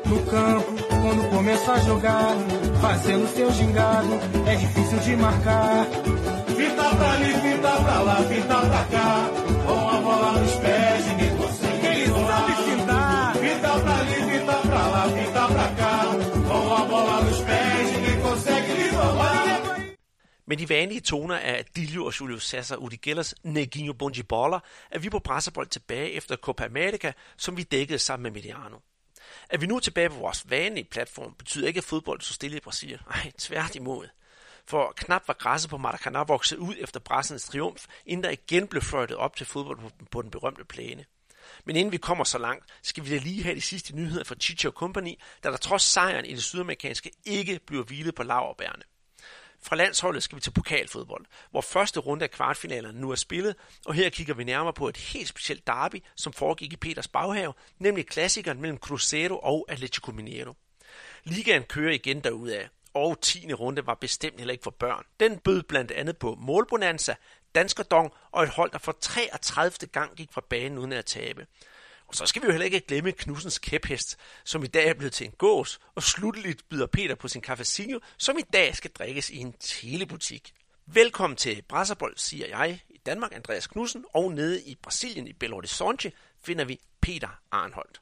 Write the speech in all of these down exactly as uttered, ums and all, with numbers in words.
No campo, quando começa a jogar, fazendo seu gingado, é difícil de marcar. Fita pra ali, fita pra lá, fita pra cá, com a bola nos pés, ninguém consegue. Ele sabe fintar. Fita pra ali, fita pra lá, fita pra cá, com a bola nos pés, ninguém consegue lhe roubar. Med de vanlige toner af Dillo og Julio César Urigelas Neguinho Bonjibola er vi på Brasserbold tilbage efter Copa America, som vi dækkede sammen med Mediano. Er vi nu tilbage på vores vanlige platform, betyder ikke, at fodbold så stille i Brasilien. Nej, tværtimod. For knap var græsset på Maracanã vokset ud efter Brassernes triumf, inden der igen blev fløjtet op til fodbold på den berømte plæne. Men inden vi kommer så langt, skal vi da lige have de sidste nyheder fra Chicho Company, da der trods sejren i det sydamerikanske ikke bliver hvilet på laurbærrene. Fra landsholdet skal vi til pokalfodbold, hvor første runde af kvartfinalerne nu er spillet, og her kigger vi nærmere på et helt specielt derby, som foregik i Peters baghave, nemlig klassikeren mellem Cruzeiro og Atlético Mineiro. Ligaen kører igen derudad, og tiende runde var bestemt heller ikke for børn. Den bød blandt andet på målbonanza, danskerdong og et hold, der for treogtredivte gang gik fra banen uden at tabe. Og så skal vi jo heller ikke glemme Knudsens kæphest, som i dag er blevet til en gås, og slutteligt byder Peter på sin cafezinho, som i dag skal drikkes i en telebutik. Velkommen til Brasserbold, siger jeg i Danmark, Andreas Knudsen, og nede i Brasilien i Belo Horizonte finder vi Peter Arnholdt.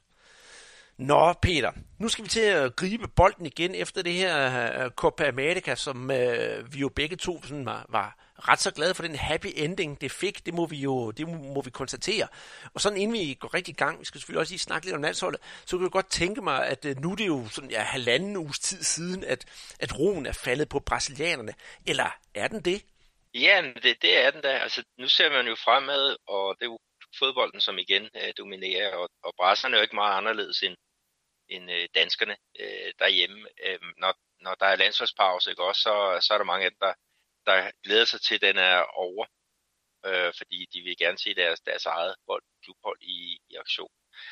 Nå Peter, nu skal vi til at gribe bolden igen efter det her uh, Copa America, som uh, vi jo begge to sådan, var, var ret så glade for den happy ending, det fik. Det må vi jo det må, må vi konstatere. Og sådan inden vi går rigtig i gang, vi skal selvfølgelig også lige snakke lidt om landsholdet, så kan jeg godt tænke mig, at uh, nu er det jo sådan ja, halvanden uges tid siden, at, at roen er faldet på brasilianerne. Eller er den det? Ja, det, det er den da. Altså, nu ser man jo fremad, og det er jo fodbolden, som igen uh, dominerer, og, og brasserne er jo ikke meget anderledes end end øh, danskerne øh, derhjemme. Øh, når, når der er landsholdspause, ikke også, så, så er der mange af dem, der, der glæder sig til, at den er over, øh, fordi de vil gerne se deres, deres eget bold, klubhold i, i aktion.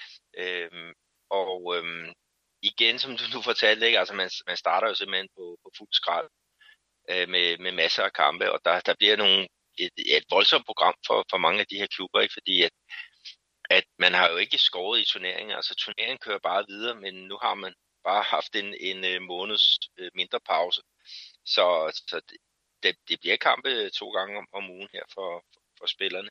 Øh, og øh, igen, som du nu fortalte, ikke, altså man, man starter jo simpelthen på, på fuld skrald øh, med, med masser af kampe, og der, der bliver nogle, et, et voldsomt program for, for mange af de her klubber, ikke, fordi at at man har jo ikke skåret i turneringen. Altså turneringen kører bare videre, men nu har man bare haft en, en, en måneds øh, mindre pause. Så, så det, det bliver kampe to gange om, om ugen her for, for, for spillerne.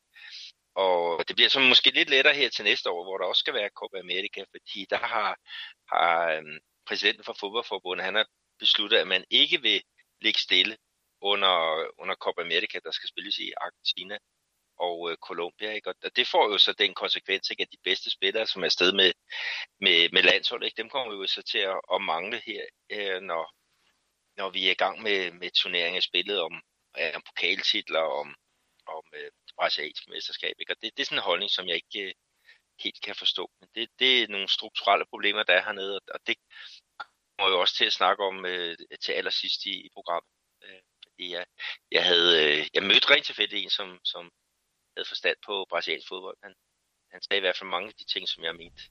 Og det bliver så måske lidt lettere her til næste år, hvor der også skal være Copa America, fordi der har, har øhm, præsidenten for fodboldforbundet, han har besluttet, at man ikke vil ligge stille under, under Copa America, der skal spilles i Argentina og øh, Colombia, ikke? Og det får jo så den konsekvens, ikke, at de bedste spillere, som er afsted med, med, med landsholdet, ikke, dem kommer jo så til at, at mangle her, øh, når, når vi er i gang med, med turneringen af spillet om, øh, om pokaltitler, om, om øh, det brasilianske mesterskab, ikke? Og det, det er sådan en holdning, som jeg ikke øh, helt kan forstå. Men det, det er nogle strukturelle problemer, der er hernede, og det må jo også til at snakke om øh, til allersidst i, i programmet. Øh, fordi jeg, jeg havde øh, jeg mødte rent tilfældigt en, som, som havde forstand på brasiliansk fodbold. Han, han sagde i hvert fald mange af de ting, som jeg mente.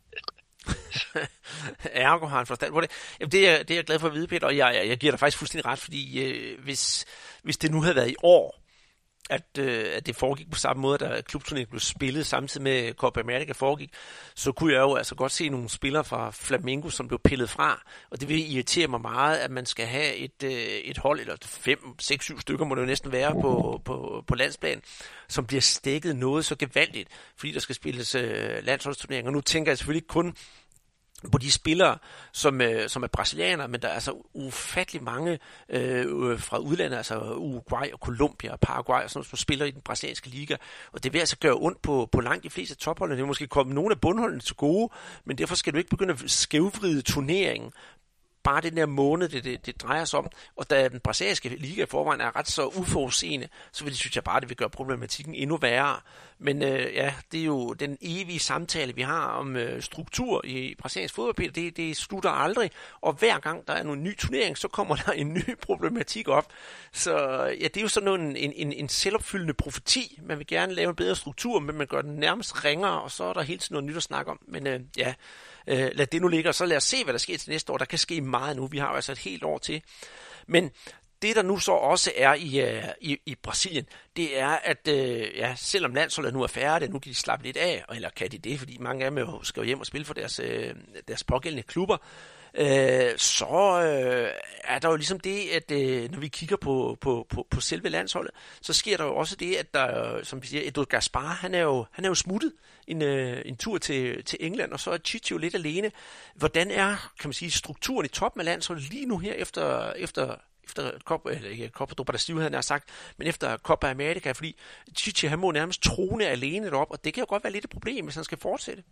Ergo har han forstand på det. Jamen, det, er, det er jeg glad for at vide, Peter, og jeg, jeg, jeg giver dig faktisk fuldstændig ret, fordi øh, hvis, hvis det nu havde været i år, at, øh, at det foregik på samme måde, da klubturneringen blev spillet samtidig med Copa America foregik, så kunne jeg jo altså godt se nogle spillere fra Flamengo, som blev pillet fra, og det vil irritere mig meget, at man skal have et, øh, et hold, eller fem, seks, syv stykker må det jo næsten være på, på, på landsplan, som bliver stækket noget så gevaldigt, fordi der skal spilles øh, landsholdsturneringer. Nu tænker jeg selvfølgelig ikke kun på de spillere, som, øh, som er brasilianere, men der er altså ufattelig mange øh, fra udlandet, altså Uruguay og Colombia og Paraguay og sådan noget, som spiller i den brasilianske liga, og det vil altså gøre ondt på, på langt de fleste topholdene. Det vil måske komme nogle af bundholdene til gode, men derfor skal du ikke begynde at skævvride turneringen. Bare den der måned, det, det, det drejer sig om, og da den brasilianske liga i forvejen er ret så uforudseende, så vil det, synes jeg bare, det vil gøre problematikken endnu værre. Men øh, ja, det er jo den evige samtale, vi har om øh, struktur i brasiliansk fodbold, Peter, det, det slutter aldrig, og hver gang der er en ny turnering, så kommer der en ny problematik op. Så ja, det er jo sådan en, en, en, en selvopfyldende profeti. Man vil gerne lave en bedre struktur, men man gør den nærmest ringere, og så er der hele tiden noget nyt at snakke om. Men øh, ja, øh, lad det nu ligge, og så lad os se, hvad der sker til næste år. Der kan ske meget nu. Vi har jo altså et helt år til. Men det, der nu så også er i, uh, i, i Brasilien, det er, at uh, ja, selvom landsholdet nu er færdige, nu kan de slappe lidt af, eller kan de det, fordi mange af dem jo skal jo hjem og spille for deres, uh, deres pågældende klubber, øh, så øh, er der jo ligesom det, at øh, når vi kigger på, på, på, på selve landsholdet, så sker der jo også det, at der, som vi siger, Edu Gaspar, han er jo, han er jo smuttet en, øh, en tur til, til England, og så er Tite jo lidt alene. Hvordan er, kan man sige, strukturen i toppen af landsholdet lige nu her efter, efter efter Copa, eller ikke Copa do Brasil, havde jeg sagt, men efter Copa America, fordi Tite, han må nærmest trone alene derop, og det kan jo godt være lidt et problem, hvis han skal fortsætte.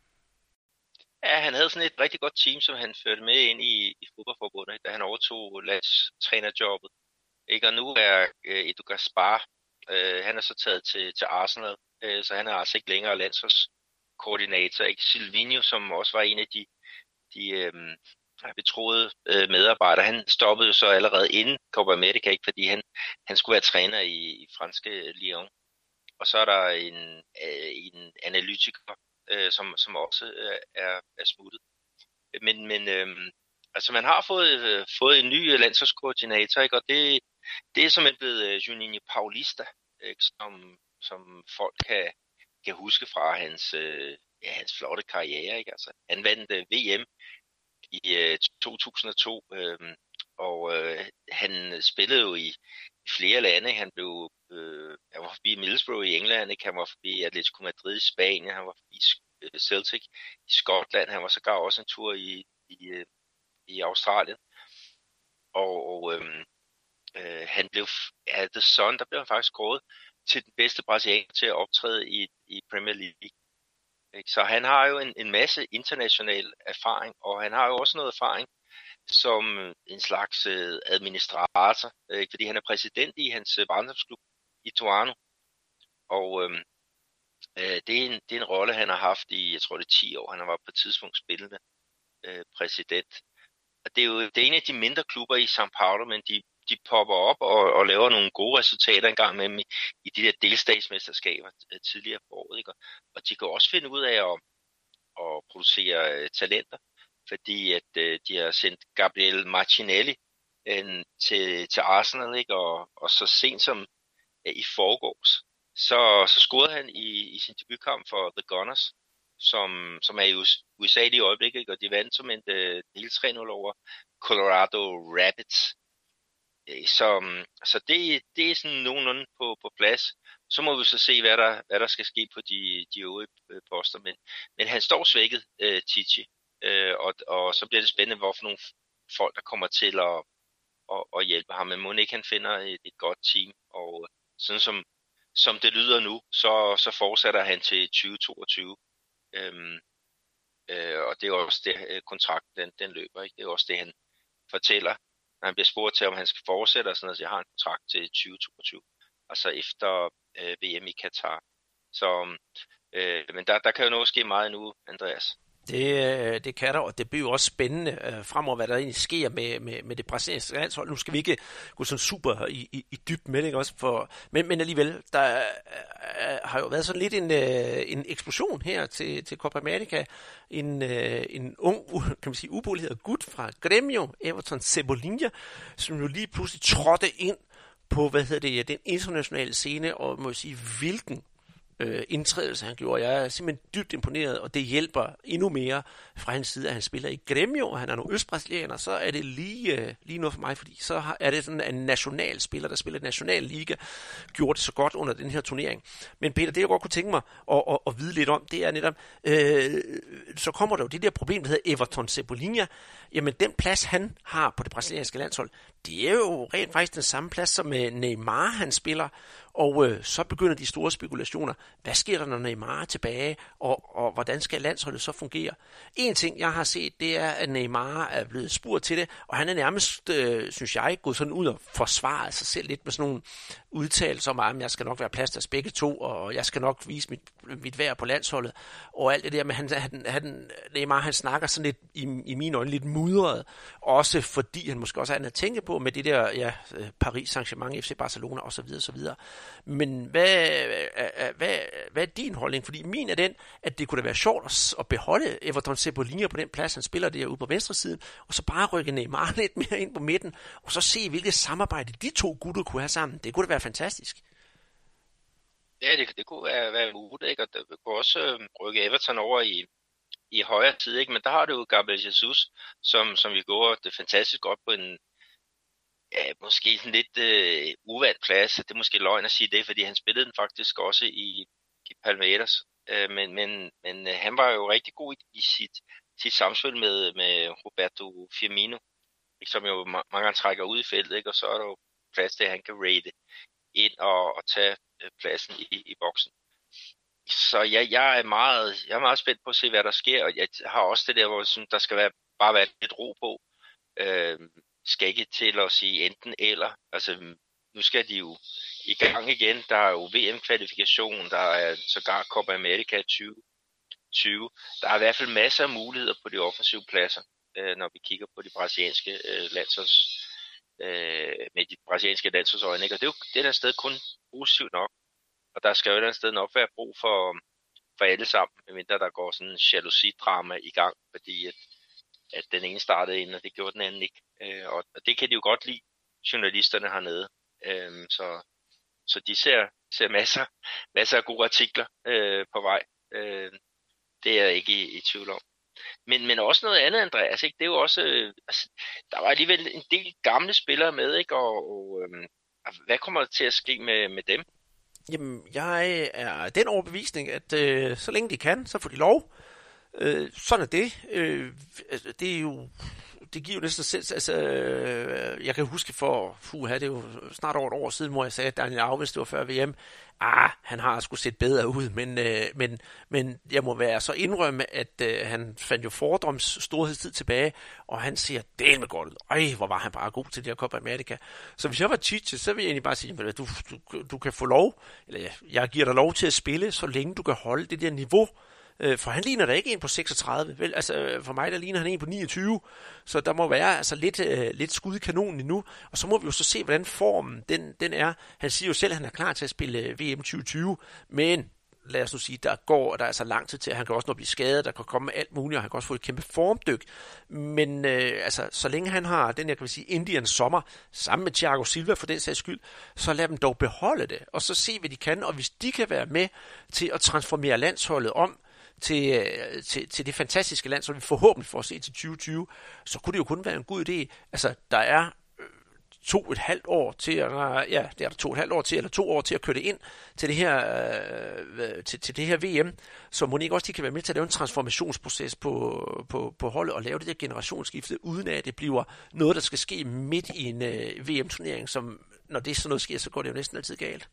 Ja, han havde sådan et rigtig godt team, som han førte med ind i, i fodboldforbundet, da han overtog landstrænerjobbet. Ikke? Og nu er øh, Edu Gaspar, øh, han er så taget til, til Arsenal, øh, så han er altså ikke længere landsholdskoordinator. Ikke? Silvinho, som også var en af de, de øh, betroede øh, medarbejdere, han stoppede så allerede inden Copa America, ikke? Fordi han, han skulle være træner i, i franske Lyon. Og så er der en, øh, en analytiker, øh, som, som også øh, er, er smuttet. Men, men øh, altså man har fået, øh, fået en ny landsholdskoordinator, ikke? Og det, det er simpelthen blevet øh, Juninho Paulista, ikke? Som, som folk kan, kan huske fra hans, øh, ja, hans flotte karriere. Ikke? Altså, han vandt øh, V M i øh, to tusind og to, øh, og øh, han spillede jo i, i flere lande. Han blev øh, han var forbi Middlesbrough i England, ikke? Han var forbi Atletico Madrid i Spanien, han var forbi øh, Celtic i Skotland, han var sågar også en tur i, i, øh, i Australien. Og, og øh, øh, han blev, ja, The Sun, der blev han faktisk kåret til den bedste brasilianer til at optræde i, i Premier League. Så han har jo en, en masse international erfaring, og han har jo også noget erfaring som en slags administrator, øh, fordi han er præsident i hans barndomsklub i Ituano. Og øh, det, er en, det er en rolle, han har haft i, jeg tror det er ti år, han var på et tidspunkt spillende øh, præsident. Og det er jo det er en af de mindre klubber i São Paulo, men de, de popper op og, og laver nogle gode resultater engang med dem i, i de der delstatsmesterskaber tidligere på året. Ikke? Og de kan også finde ud af at, at producere øh, talenter, fordi at øh, de har sendt Gabriel Martinelli øh, til, til Arsenal, ikke? Og, og så sent som øh, i forgårs, så, så scorede han i, i sin debutkamp for The Gunners, som, som er i U S A i øjeblikket, ikke? Og de vandt som en øh, del tre nul over Colorado Rapids. Så, så det, det er sådan nogenlunde på, på plads. Så må vi så se, hvad der, hvad der skal ske på de, de øvrige poster. Men, men han står svækket, øh, Tite. Øh, og, og så bliver det spændende, hvorfor nogle folk, der kommer til at, at, at hjælpe ham. Men må ikke han finder et, et godt team. Og sådan som, som det lyder nu, så, så fortsætter han til tyve toogtyve. Øhm, øh, og det er også det, kontrakten den, den løber. Ikke? Det er også det, han fortæller, når han bliver spurgt til, om han skal fortsætte, og sådan noget, så jeg har en kontrakt til tyve toogtyve, altså efter øh, V M i Katar. Så, øh, men der, der kan jo noget ske meget nu, Andreas. Det, det kan der, og det bliver jo også spændende øh, fremover, hvad der egentlig sker med, med, med det brasilianske landshold. Nu skal vi ikke gå sådan super i, i, i dybt med det, ikke også? For, men, men alligevel, der øh, har jo været sådan lidt en, øh, en eksplosion her til, til Copa America. En, øh, en ung, kan man sige, ubolighed gut fra Grêmio, Everton Cebolinha, som jo lige pludselig trådte ind på, hvad hedder det, den internationale scene, og må jeg sige, hvilken Øh, indtrædelse han gjorde. Jeg er simpelthen dybt imponeret, og det hjælper endnu mere fra hans side, at han spiller i Grêmio, og han er nu østbrasilianer, så er det lige, øh, lige noget for mig, fordi så har, er det sådan en national spiller, der spiller i national liga, gjorde det så godt under den her turnering. Men Peter, det jeg godt kunne tænke mig at, at, at vide lidt om, det er netop, øh, så kommer der jo det der problem, der hedder Everton Cebolinha. Jamen den plads, han har på det brasilianske landshold, det er jo rent faktisk den samme plads, som Neymar han spiller, og øh, så begynder de store spekulationer. Hvad sker der, når Neymar er tilbage, og, og hvordan skal landsholdet så fungere? En ting, jeg har set, det er, at Neymar er blevet spurgt til det, og han er nærmest, øh, synes jeg, gået sådan ud og forsvaret sig selv lidt med sådan nogle udtalelser om, at jeg skal nok være plads til begge to, og jeg skal nok vise mit, mit værd på landsholdet, og alt det der, men han, han, han, Neymar, han snakker sådan lidt, i, i mine øjne, lidt mudret, også fordi han måske også har andet at tænke på med det der, ja, Paris Saint-Germain, F C Barcelona osv. osv. Men hvad, hvad, hvad er din holdning? Fordi min er den, at det kunne da være sjovt at beholde Everton Cebolinha på den plads, han spiller derude på venstre side, og så bare rykke Neymar lidt mere ind på midten, og så se, hvilket samarbejde de to gutter kunne have sammen. Det kunne da være fantastisk. Ja, det, det kunne være, være muligt, ikke? Og det kunne også øh, rykke Everton over i, i højre side, ikke? Men der har du jo Gabriel Jesus, som, som vi gjorde det fantastisk godt på en, ja, måske sådan lidt øh, uvandt plads. Det er måske løgn at sige det, fordi han spillede den faktisk også i, i Palmeiras. Øh, men men, men øh, han var jo rigtig god i, i sit, sit samspil med, med Roberto Firmino, ikke? Som jo mange gange trækker ud i feltet, ikke? Og så er der jo plads til, at han kan rate ind og, og tage øh, pladsen i, i boksen. Så ja, jeg, er meget, jeg er meget spændt på at se, hvad der sker, og jeg har også det der, hvor jeg synes, der skal være, bare være lidt ro på. Øh, skal ikke til at sige enten eller. Altså, nu skal de jo i gang igen. Der er jo V M-kvalifikation, der er sågar Copa America tyve tyve. Der er i hvert fald masser af muligheder på de offensive pladser, øh, når vi kigger på de brasilianske øh, landsholds, øh, med de brasilianske landsholdsøjne. Ikke? Og det er jo det der sted kun positivt nok. Og der skal jo et eller andet sted nok være brug for, for alle sammen, medmindre der går sådan en jalousi-drama i gang, fordi at, at den ene startede ind, og det gjorde den anden ikke. Øh, og, og det kan de jo godt lide, journalisterne hernede. Øh, så, så de ser, ser masser, masser af gode artikler øh, på vej. Øh, det er jeg ikke i, i tvivl om. Men, men også noget andet, Andreas, ikke? Det er jo også, øh, altså, der var alligevel en del gamle spillere med, ikke? Og, og øh, hvad kommer der til at ske med, med dem? Jamen, jeg er den overbevisning, at øh, så længe de kan, så får de lov. Øh, sådan er det. Øh, det er jo, det giver jo næsten selv, altså, øh, jeg kan huske for, fuha, det er jo snart over et år siden, hvor jeg sagde, at Daniel Alves, det var før V M, ah, han har sgu set bedre ud, men, øh, men, men jeg må være så indrømme, at øh, han fandt jo fordoms storhedstid tilbage, og han siger, del med godt ud. Øj, hvor var han bare god til det her Copa America. Så hvis jeg var Tite, så vil jeg egentlig bare sige, du, du, du kan få lov, eller jeg, jeg giver dig lov til at spille, så længe du kan holde det der niveau. For han ligner da ikke en på seksogtredive, vel? Altså for mig der ligner han en på niogtyve, så der må være altså lidt, øh, lidt skud i kanonen endnu, og så må vi jo så se, hvordan formen den, den er. Han siger jo selv, at han er klar til at spille V M tyve tyve, men lad os nu sige, der går, der er så lang tid til, at han kan også nå blive skadet, der kan komme alt muligt, og han kan også få et kæmpe formdyk. Men øh, altså, så længe han har den, jeg kan sige, Indians sommer, sammen med Thiago Silva for den sags skyld, så lad dem dog beholde det, og så se, hvad de kan, og hvis de kan være med til at transformere landsholdet om, Til, til, til det fantastiske land, som vi forhåbentlig får at se til tyve tyve, så kunne det jo kun være en god idé. Altså, der er to et halvt år til, eller, ja, det er der to et halvt år til, eller to år til at køre det ind til det her, øh, til, til det her V M, så må ikke også de kan være med til at lave en transformationsproces på, på, på holdet, og lave det der generationsskifte, uden at det bliver noget, der skal ske midt i en øh, V M-turnering, som når det sådan noget sker, så går det jo næsten altid galt.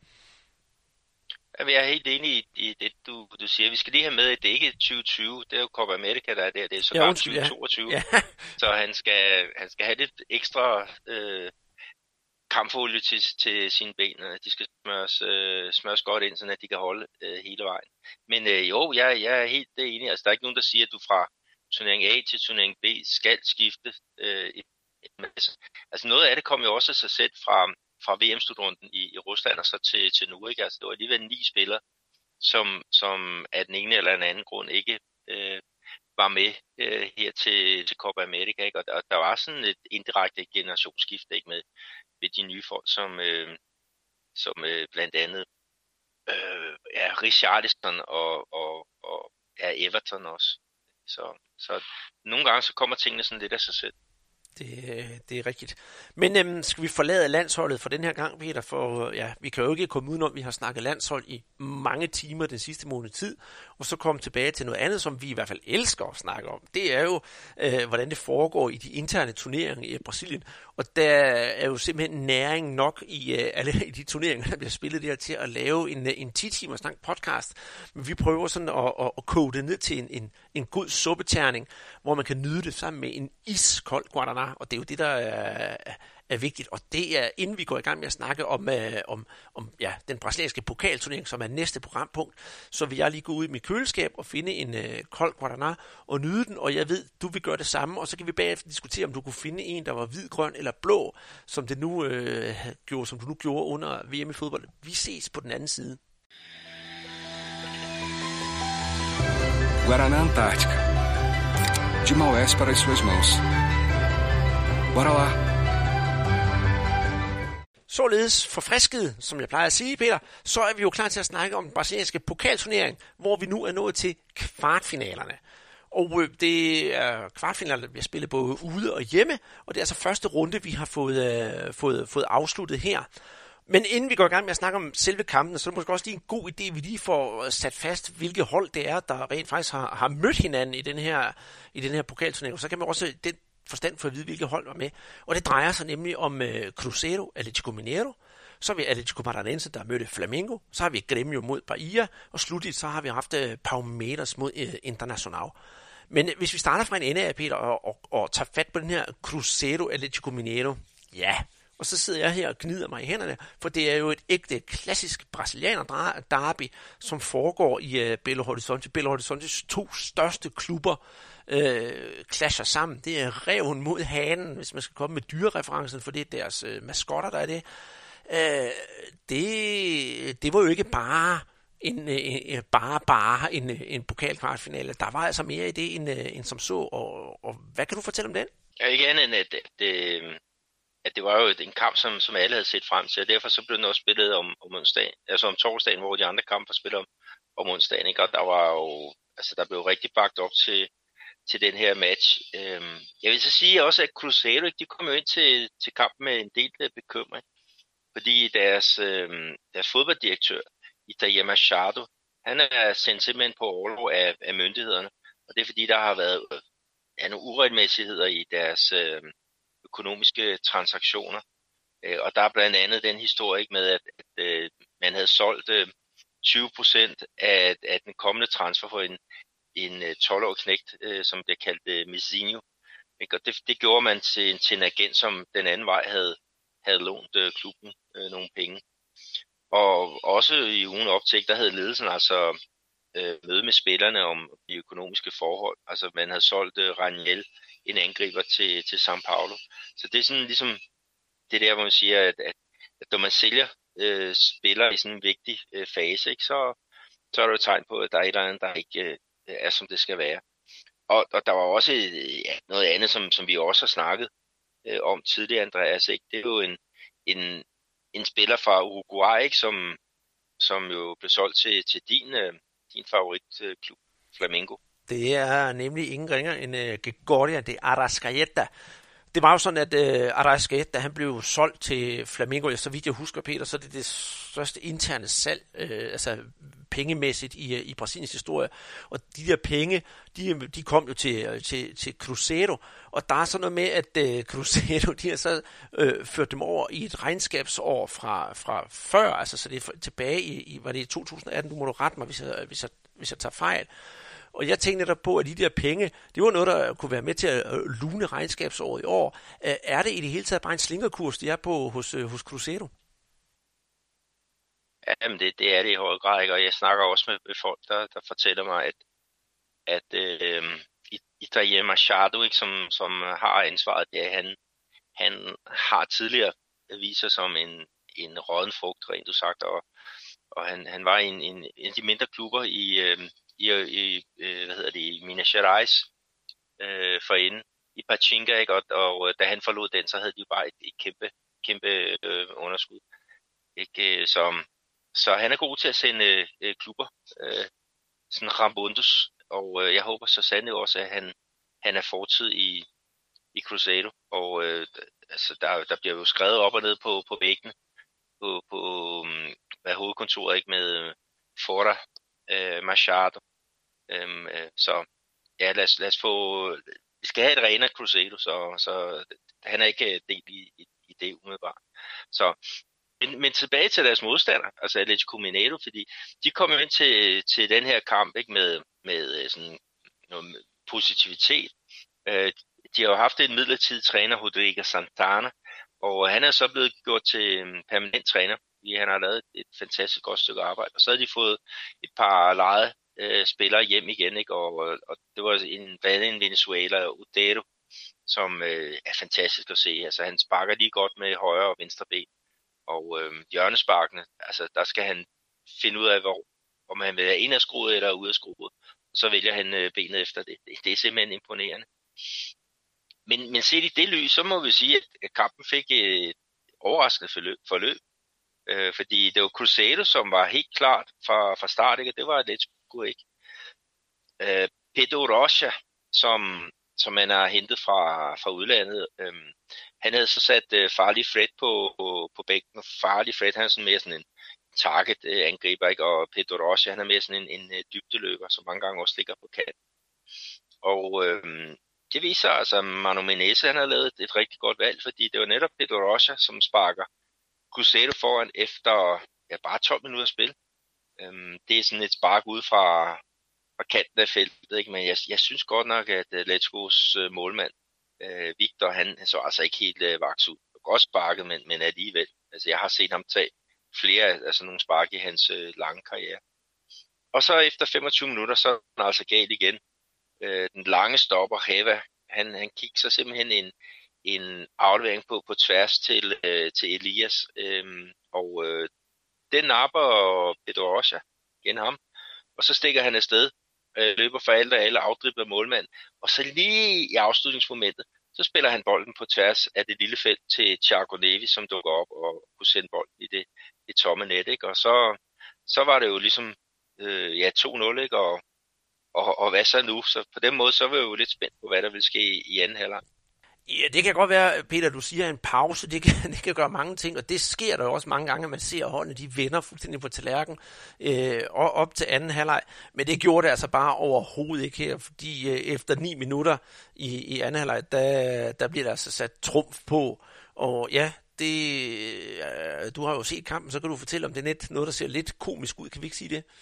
Jeg er helt enig i, i det, du, du siger. Vi skal lige have med, at det ikke er tyve tyve. Det er jo Copa America, der er der. Det er så bare tyve toogtyve. Ja. Så han skal, han skal have lidt ekstra øh, kampfolie til, til sine ben. De skal smøres, øh, smøres godt ind, så de kan holde øh, hele vejen. Men øh, jo, jeg, jeg er helt enig. Altså, der er ikke nogen, der siger, at du fra turnering A til turnering B skal skifte. Øh, et, et altså noget af det kommer jo også af sig selv fra... fra V M-slutrunden i, i Rusland og så til, til nu, ikke? Altså, det var alligevel ni spillere, som, som af den ene eller den anden grund ikke øh, var med øh, her til, til Copa America, ikke? Og der, der var sådan et indirekte generationsskifte, ikke? Med, med de nye folk, som, øh, som øh, blandt andet øh, ja, Richarlison og, og, og ja, Everton også. Så, så nogle gange så kommer tingene sådan lidt af sig selv. Det, det er rigtigt. Men øhm, skal vi forlade landsholdet for den her gang, Peter? For ja, vi kan jo ikke komme udenom, vi har snakket landshold i mange timer den sidste måned tid, og så komme tilbage til noget andet, som vi i hvert fald elsker at snakke om. Det er jo, øh, hvordan det foregår i de interne turneringer i Brasilien. Og der er jo simpelthen næring nok i øh, alle i de turneringer, der bliver spillet der til at lave en, en ti timers lang podcast. Men vi prøver sådan at, at, at koge det ned til en, en, en god suppeterning, hvor man kan nyde det sammen med en iskold Guaraná. Og det er jo det, der er, er vigtigt. Og det er, inden vi går i gang med at snakke om, øh, om, om ja, den brasilianske pokalturnering, som er næste programpunkt, så vil jeg lige gå ud i mit køleskab og finde en øh, kold Guaraná og nyde den. Og jeg ved, du vil gøre det samme. Og så kan vi bagefter diskutere, om du kunne finde en, der var hvid, grøn eller blå, som, det nu, øh, gjorde, som du nu gjorde under V M i fodbold. Vi ses på den anden side. Guaraná Antártica. De Maués para as suas mãos. Bora lá. Således forfrisket, som jeg plejer at sige, Peter, så er vi jo klar til at snakke om den brasilianske pokalturnering, hvor vi nu er nået til kvartfinalerne. Og øh, det er kvartfinaler, der bliver spillet både ude og hjemme, og det er altså første runde, vi har fået, øh, fået, fået afsluttet her. Men inden vi går i gang med at snakke om selve kampen, så er det måske også lige en god idé, at vi lige får sat fast, hvilke hold det er, der rent faktisk har, har mødt hinanden i den her, i den her pokalturnering. Så kan man også den forstand for at vide, hvilke hold var med. Og det drejer sig nemlig om uh, Cruzeiro, Atlético Mineiro. Så har vi Atlético Paranaense, der mødte Flamengo. Så har vi Grêmio mod Bahia. Og slutligt så har vi haft uh, Palmeiras mod uh, Internacional. Men uh, hvis vi starter fra en ende af, Peter, og, og, og tager fat på den her Cruzeiro, Atlético Mineiro. Ja, og så sidder jeg her og gnider mig i hænderne, for det er jo et ægte klassisk brasilianer derby, som foregår i uh, Belo Horizonte. Belo Horizontes to største klubber øh, clasher sammen. Det er ræven mod hanen, hvis man skal komme med dyrereferencen, for det er deres øh, maskotter, der er det. Øh, det. Det var jo ikke bare en, en, bare, bare en, en pokalkvartfinale. Der var altså mere i det, end, end som så. Og, og hvad kan du fortælle om den? Ja, ikke andet end, at det, at det var jo en kamp, som, som alle havde set frem til, og derfor så blev den også spillet om, om onsdagen, altså om torsdagen, hvor de andre kampe var spillet om, om onsdagen, ikke? Og der var jo, altså der blev rigtig bagt op til, til den her match. Øhm, jeg vil så sige også, at Cruzeiro, de kom jo ind til, til kampen med en del bekymring, fordi deres, øhm, deres fodbolddirektør, Itamar Machado, han er sendt simpelthen på overlov af, af myndighederne, og det er fordi, der har været ja, nogle uretmæssigheder i deres øh, økonomiske transaktioner. Øh, og der er blandt andet den historie med, at, at øh, man havde solgt øh, tyve procent af, af den kommende transfer for en, en øh, tolv-årig knægt, øh, som bliver kaldt øh, Messinho. Og det, det gjorde man til, til en agent, som den anden vej havde, havde lånt øh, klubben øh, nogle penge. Og også i ugen op til, der havde ledelsen altså øh, møde med spillerne om de økonomiske forhold. Altså man havde solgt øh, Raniel, en angriber, til, til São Paulo. Så det er sådan ligesom det der, hvor man siger, at, at, at når man sælger øh, spillere i sådan en vigtig øh, fase, ikke, så, så er der jo tegn på, at der er et eller andet, der ikke øh, er, som det skal være. Og, og der var også ja, noget andet, som, som vi også har snakket øh, om tidligere, Andreas. Ikke? Det er jo en, en, en spiller fra Uruguay, ikke, som, som jo blev solgt til, til din, øh, din favoritklub, Flamengo. Det er nemlig ingen ringer end uh, Gregorio de Arrascaeta. Det var jo sådan, at uh, Arrascaeta, han blev solgt til Flamengo, så vidt jeg husker, Peter, så er det det største interne salg, uh, altså pengemæssigt i, uh, i Brasiliens historie. Og de der penge, de, de kom jo til, til, til Cruzeiro, og der er sådan noget med, at uh, Cruzeiro, de har så uh, ført dem over i et regnskabsår fra, fra før, altså så det er tilbage i, i var det i to tusind atten, du må du rette mig, hvis jeg, hvis jeg, hvis jeg tager fejl. Og jeg tænkte netop på, at de der penge, det var noget, der kunne være med til at lune regnskabsåret i år. Er det i det hele taget bare en slingerkurs, de er på hos, hos Cruzeiro? Jamen, det, det er det i høj grad, ikke? Og jeg snakker også med, med folk, der, der fortæller mig, at, at øh, Itamar Machado, ikke, som, som har ansvaret, det er, han, han har tidligere vist sig som en, en rådden frugt, rent du sagt, og, og han, han var en, en, en af de mindre klubber i... Øh, i, i hvad hedder det, i Minas Gerais øh, forinden, i Pachinga, ikke? Og, og da han forlod den, så havde de bare et, et kæmpe, kæmpe øh, underskud. Ikke? Så, så han er god til at sende øh, klubber, øh, sådan Rambundus, og øh, jeg håber så sandelig også, at han, han er fortid i, i Cruzeiro, og øh, altså, der, der bliver jo skrevet op og ned på, på væggene, på, på hvad hovedkontoret, ikke, med Fora øh, Machado. Øhm, øh, så ja, lad os, lad os få, vi skal have et renere Cruzeiro, så, så han er ikke del i, i, i det umiddelbart. Så, men, men tilbage til deres modstander, altså Atlético Mineiro, fordi de kom jo ind til, til den her kamp, ikke, med, med sådan noget positivitet. Øh, de har jo haft en midlertidig træner, Rodrigo Santana, og han er så blevet gjort til en permanent træner, fordi han har lavet et fantastisk godt stykke arbejde. Og så har de fået et par lejede øh, spillere hjem igen, ikke? Og, og det var en blandt en Venezuela, Udero, som øh, er fantastisk at se. Altså han sparker lige godt med højre og venstre ben. Og øh, hjørnesparkene, altså der skal han finde ud af, hvor, om han vil være ind af skruet eller ude af skruet. Og så vælger han øh, benet efter det. det. Det er simpelthen imponerende. Men, men set i det lys, så må vi sige, at kampen fik et overraskende forløb. forløb. Øh, fordi det var Cruzeiro, som var helt klart fra, fra start, ikke? Det var Atlético ikke. Øh, Pedro Rocha, som, som man har hentet fra, fra udlandet. Øhm, han havde så sat øh, Farlig Fred på, på, på bænken, og Farlig Fred, han er sådan mere sådan en target-angriber, ikke? Og Pedro Rocha, han er mere sådan en, en, en dybdeløber, som mange gange også ligger på kant. Og øhm, det viser altså, at Manu Menezes, han har lavet et, et rigtig godt valg, fordi det var netop Pedro Rocha, som sparker Cruzeiro foran efter ja, bare tolv minutter spil. Øhm, det er sådan et spark ud fra, fra kanten af feltet, ikke? Men jeg, jeg synes godt nok, at uh, Atletico's uh, målmand, uh, Victor, han, han så altså ikke helt uh, vaks ud. Godt sparket, men, men alligevel. Altså, jeg har set ham tage flere af altså, nogle spark i hans uh, lange karriere. Og så efter femogtyve minutter, så er han altså galt igen. Uh, den lange stopper, Heva, han, han kiggede så simpelthen en, en aflevering på, på tværs til, uh, til Elias. Um, og uh, den napper Pedro Rocha, igen ham. Og så stikker han afsted, øh, løber for alt og alle, afdribler målmand. Og så lige i afslutningsmomentet, så spiller han bolden på tværs af det lille felt til Thiago Neves, som dukker op og kunne sende bolden i det, det tomme net. Ikke? Og så, så var det jo ligesom øh, ja, to nul, ikke? Og, og, og hvad så nu? Så på den måde, så var jeg jo lidt spændt på, hvad der ville ske i, i anden halvleg. Ja, det kan godt være, Peter, du siger en pause, det kan, det kan gøre mange ting, og det sker der jo også mange gange, at man ser holdene, de vender fuldstændig på tallerken øh, og op til anden halvleg, men det gjorde det altså bare overhovedet ikke her, fordi øh, efter ni minutter i, i anden halvleg, der, der bliver der altså sat trumf på, og ja, det, øh, du har jo set kampen, så kan du fortælle om det net, noget, der ser lidt komisk ud, kan vi ikke sige det?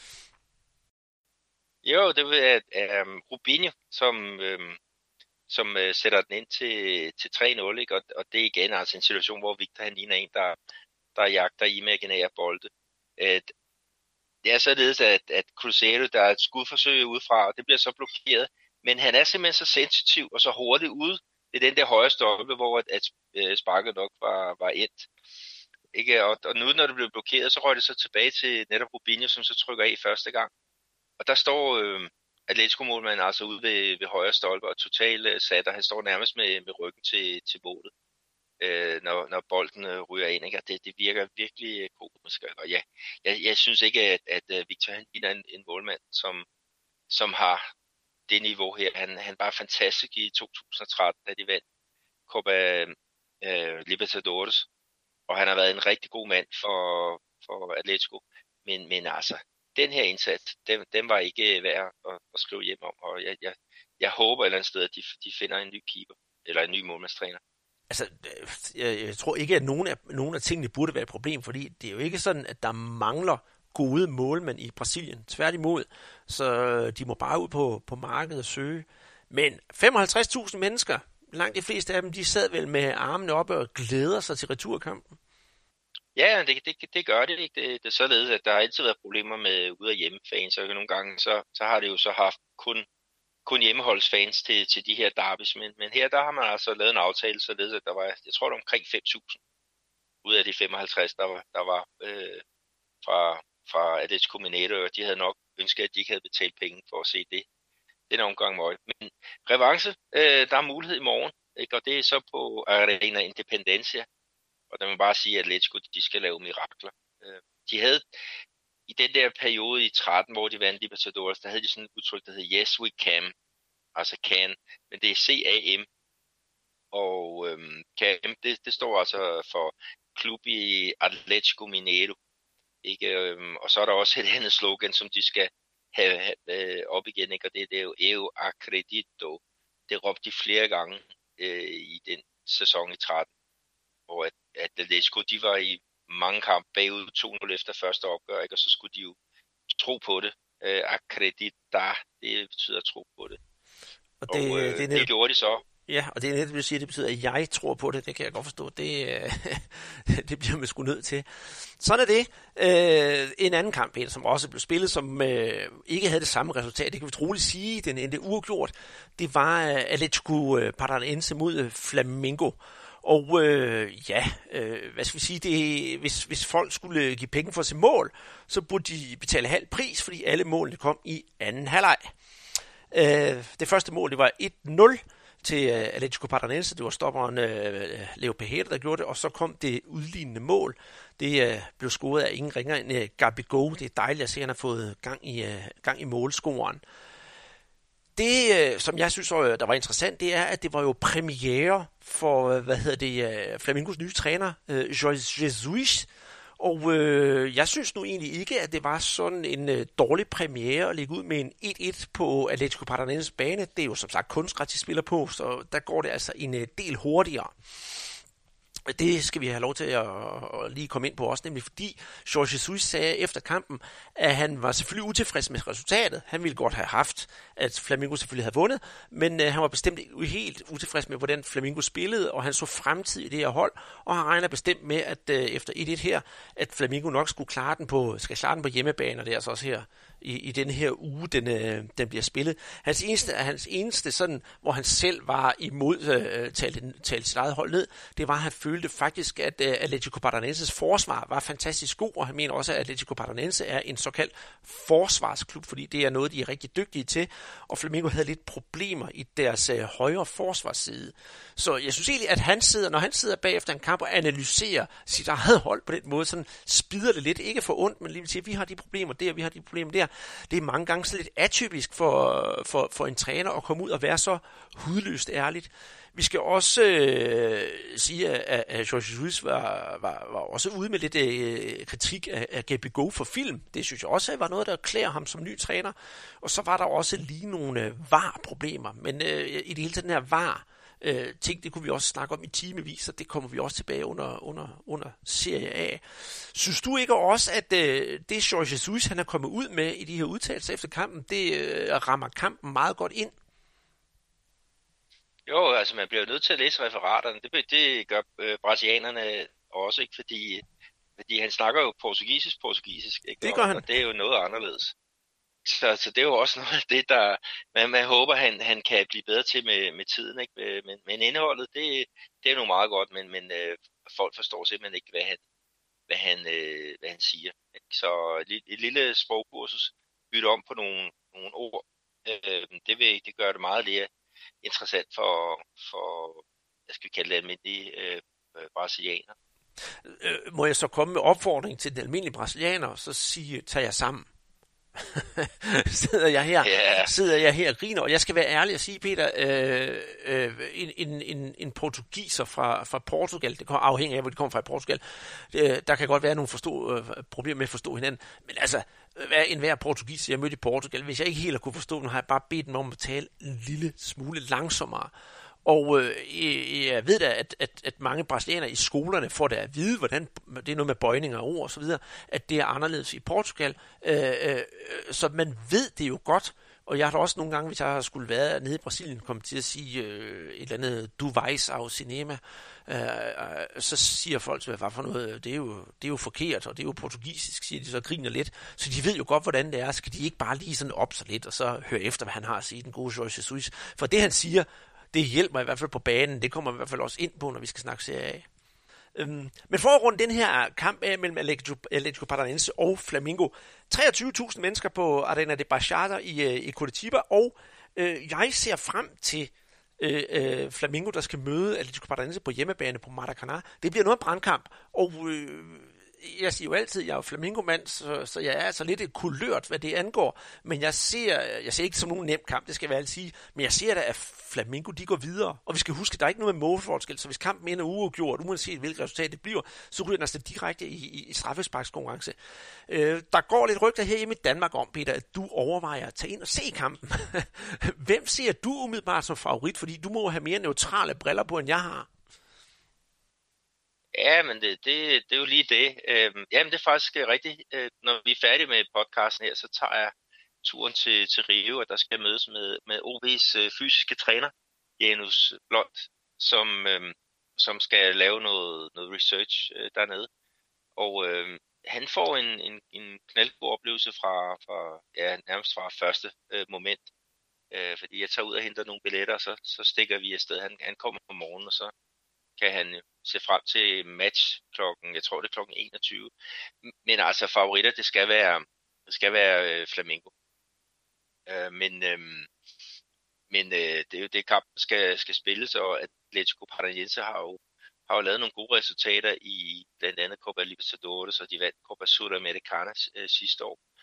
Jo, det er um, Rubinho, som... Um som øh, sætter den ind til, til tre nul, ikke? Og, og det er igen altså en situation, hvor Victor han ligner en, der, der jagter imaginære bolde. Et, det er således, at, at Cruzeiro, der er et skudforsøg udefra, og det bliver så blokeret, men han er simpelthen så sensitiv og så hurtigt ude ved den der højre stolpe, hvor at, at øh, sparket nok var, var endt. Ikke? Og, og nu, når det blev blokeret, så røg det så tilbage til netop Rubinho, som så trykker af første gang. Og der står... Øh, Atletico-målmanden altså ude ved, ved højre stolpe og totalt uh, sat, og han står nærmest med, med ryggen til, til målet, uh, når, når bolden uh, ryger ind. Ikke? Det, det virker virkelig uh, komisk. Og ja, jeg, jeg synes ikke, at, at uh, Victor han ligner en, en målmand, som, som har det niveau her. Han, han var fantastisk i to tusind og tretten, da de vandt Copa uh, Libertadores, og han har været en rigtig god mand for, for Atletico. Men, men altså... Den her indsats, den, den var ikke værd at, at skrive hjem om, og jeg, jeg, jeg håber et eller andet sted, at de, de finder en ny keeper, eller en ny målmandstræner. Altså, jeg, jeg tror ikke, at nogen af, nogen af tingene burde være et problem, fordi det er jo ikke sådan, at der mangler gode målmænd i Brasilien. Tværtimod, så de må bare ud på, på markedet og søge. Men femoghalvtreds tusind mennesker, langt de fleste af dem, de sad vel med armene oppe og glæder sig til returkampen. Ja, det, det, det gør det ikke. Det, det er således, at der har altid været problemer med ude- og hjemmefans, og nogle gange så, så har det jo så haft kun, kun hjemmeholdsfans til, til de her derbys, men, men her der har man altså lavet en aftale, således at der var, jeg tror, der var omkring fem tusind ud af de femoghalvtreds, der var, der var øh, fra, fra Atletico Mineiro, og de havde nok ønsket, at de ikke havde betalt penge for at se det. Den omgang møg. Men revanche, øh, der er mulighed i morgen, ikke? Og det er så på Arena Independencia. Og der må bare sige, at Atletico, de skal lave mirakler. De havde i den der periode i tretten, hvor de vandt Libertadores, der havde de sådan et udtryk, der hed Yes We Can. Altså can, men det er C A M. Og øhm, CAM, det, det står altså for Club i Atletico Mineiro. Ikke? Øhm, og så er der også et andet slogan, som de skal have, have øh, op igen, ikke? Og det, det er jo Eu Acredito. Det råbte de flere gange øh, i den sæson i tretten. Hvor at, at Atletico, de var i mange kampe bagud to nul efter første opgør, ikke? Og så skulle de jo tro på det. Uh, acredita, det betyder at tro på det. Og det, og, øh, det, det, det gjorde de så. Ja, og det er netop, det siger, det betyder, at jeg tror på det. Det kan jeg godt forstå. Det, det bliver man sgu nødt til. Sådan er det. Øh, en anden kamp, Peter, som også blev spillet, som øh, ikke havde det samme resultat. Det kan vi troligt sige, den endte uafgjort. Det var øh, Atletico Paranaense mod Flamengo. Og øh, ja, øh, hvad skal vi sige, det, hvis, hvis folk skulle give penge for sit mål, så burde de betale halv pris, fordi alle målene kom i anden halvleg. Øh, det første mål, det var et nul til øh, Atletico Paranaense. Det var stopperen øh, Leo Pereira, der gjorde det, og så kom det udlignende mål. Det øh, blev scoret af ingen ringer end øh, Gabigol. Det er dejligt at se, at han har fået gang i, øh, gang i målscoren. Det, som jeg synes, der var interessant, det er, at det var jo premiere for, hvad hedder det, Flamingos nye træner, Jorge Jesus. Og øh, jeg synes nu egentlig ikke, at det var sådan en øh, dårlig premiere at lægge ud med en et et på Atlético Paranaenses bane. Det er jo som sagt kunstgræs, de spiller på, så der går det altså en øh, del hurtigere. Det skal vi have lov til at, at lige komme ind på også, nemlig fordi Jorge Jesus sagde efter kampen, at han var selvfølgelig utilfreds med resultatet. Han ville godt have haft, at Flamengo selvfølgelig havde vundet, men uh, han var bestemt helt utilfreds med, hvordan Flamengo spillede, og han så fremtid i det her hold, og han regner bestemt med, at uh, efter et et her, at Flamengo nok skulle klare den på, skal klare den på hjemmebane, og det er altså også her i, i den her uge, den, øh, den bliver spillet. Hans eneste, hans eneste sådan, hvor han selv var imod øh, talte, talte sit eget hold ned, det var, at han følte faktisk, at øh, Atlético Paranaenses forsvar var fantastisk god, og han mener også, at Atlético Paranaense er en såkaldt forsvarsklub, fordi det er noget, de er rigtig dygtige til, og Flamengo havde lidt problemer i deres øh, højre forsvarsside. Så jeg synes egentlig, at han sidder, når han sidder bagefter en kamp og analyserer sit eget hold på den måde, sådan spider det lidt, ikke for ondt, men lige vil sige, at vi har de problemer der, vi har de problemer der. Det er mange gange så lidt atypisk for, for, for en træner at komme ud og være så hudløst ærligt. Vi skal også øh, sige, at, at Jorge Jesus var, var, var også ude med lidt øh, kritik af, af Gabigol for film. Det synes jeg også var noget, der klæder ham som ny træner. Og så var der også lige nogle øh, V A R-problemer. Men øh, i det hele taget den her V A R øh, ting, det kunne vi også snakke om i timevis, og det kommer vi også tilbage under, under, under Serie A. Synes du ikke også, at øh, det Jorge Jesus, han er kommet ud med i de her udtalelser efter kampen, det øh, rammer kampen meget godt ind? Jo, altså man bliver nødt til at læse referaterne. Det, det gør øh, brasilianerne også, ikke? Fordi, fordi han snakker jo portugisisk, portugisisk, ikke? Det gør han. Og det er jo noget anderledes. Så, så det er jo også noget af det, der man, man håber, han, han kan blive bedre til med, med tiden, ikke? Men, men indholdet, det, det er nu meget godt, men, men øh, folk forstår simpelthen ikke, hvad han, hvad han, øh, hvad han siger. Ikke? Så et, et lille sprogkursus bytte om på nogle, nogle ord, øh, det, vil, det gør det meget mere interessant for, for jeg skal kalde det almindelige øh, brasilianer. Øh, må jeg så komme med opfordring til den almindelige brasilianer, så sige, tag jer sammen. sidder jeg her yeah. sidder jeg her og griner, og jeg skal være ærlig og sige, Peter, øh, øh, en, en, en, en portugiser fra, fra Portugal, det kommer afhængig af, hvor de kommer fra i Portugal, øh, der kan godt være nogle forstå, øh, problemer med at forstå hinanden, men altså, en hver portugiser, jeg mødte i Portugal, hvis jeg ikke helt kunne forstå dem, har jeg bare bedt dem om at tale en lille smule langsommere. Og øh, jeg ved da, at, at, at mange brasilianere i skolerne får da at vide, hvordan det er noget med bøjninger og ord og så videre, at det er anderledes i Portugal. Øh, øh, så man ved det jo godt, og jeg har da også nogle gange, hvis jeg har skulle være nede i Brasilien, kommet til at sige øh, et eller andet, du vais au cinema, øh, øh, så siger folk, hvad for noget, det er, jo, det er jo forkert, og det er jo portugisisk, siger de, så griner lidt. Så de ved jo godt, hvordan det er, så kan de ikke bare lige sådan op så lidt, og så høre efter, hvad han har at sige, den gode Jorge Jesus. For det han siger, det hjælper i hvert fald på banen. Det kommer i hvert fald også ind på, når vi skal snakke Serie A. Øhm, men for at runde den her kamp af mellem Atlético Paranaense og Flamengo. treogtyve tusind mennesker på Arena de Baixada i, i Curitiba, og øh, jeg ser frem til øh, øh, Flamengo, der skal møde Atlético Paranaense på hjemmebane på Maracanã. Det bliver noget brandkamp, og øh, jeg siger jo altid, jeg er jo Flamengo-mand, så, så jeg er altså lidt et kulørt, hvad det angår, men jeg ser, jeg ser ikke som nogen nem kamp, det skal jeg vel sige, men jeg ser da, at Flamengo, de går videre, og vi skal huske, der er ikke noget med målforskel, så hvis kampen ender uafgjort, uanset hvilket resultat det bliver, så ryger den altså direkte i, i, i straffesparkskonkurrence. Øh, der går lidt rygter her hjemme i Danmark om, Peter, at du overvejer at tage ind og se kampen. Hvem ser du umiddelbart som favorit, fordi du må have mere neutrale briller på, end jeg har? Ja, men det, det, det er jo lige det. Øhm, jamen, det er faktisk rigtigt. Øh, når vi er færdige med podcasten her, så tager jeg turen til, til Rio, og der skal jeg mødes med, med O V's øh, fysiske træner, Janus Blond, som, øh, som skal lave noget, noget research øh, dernede. Og øh, han får en, en, en knaldgod oplevelse fra, fra ja, nærmest fra første øh, moment. Øh, fordi jeg tager ud og henter nogle billetter, og så, så stikker vi afsted. Han, han kommer om morgenen, og så kan han se frem til match klokken, jeg tror det er klokken enogtyve. Men altså favoritter, det skal være, det skal være øh, Flamengo. Øh, men øh, men øh, det er jo det, kampen skal, skal spilles, og Atlético Paranaense har jo, har jo lavet nogle gode resultater i blandt andet Copa Libertadores, og de vandt Copa Sudamericana øh, sidste år.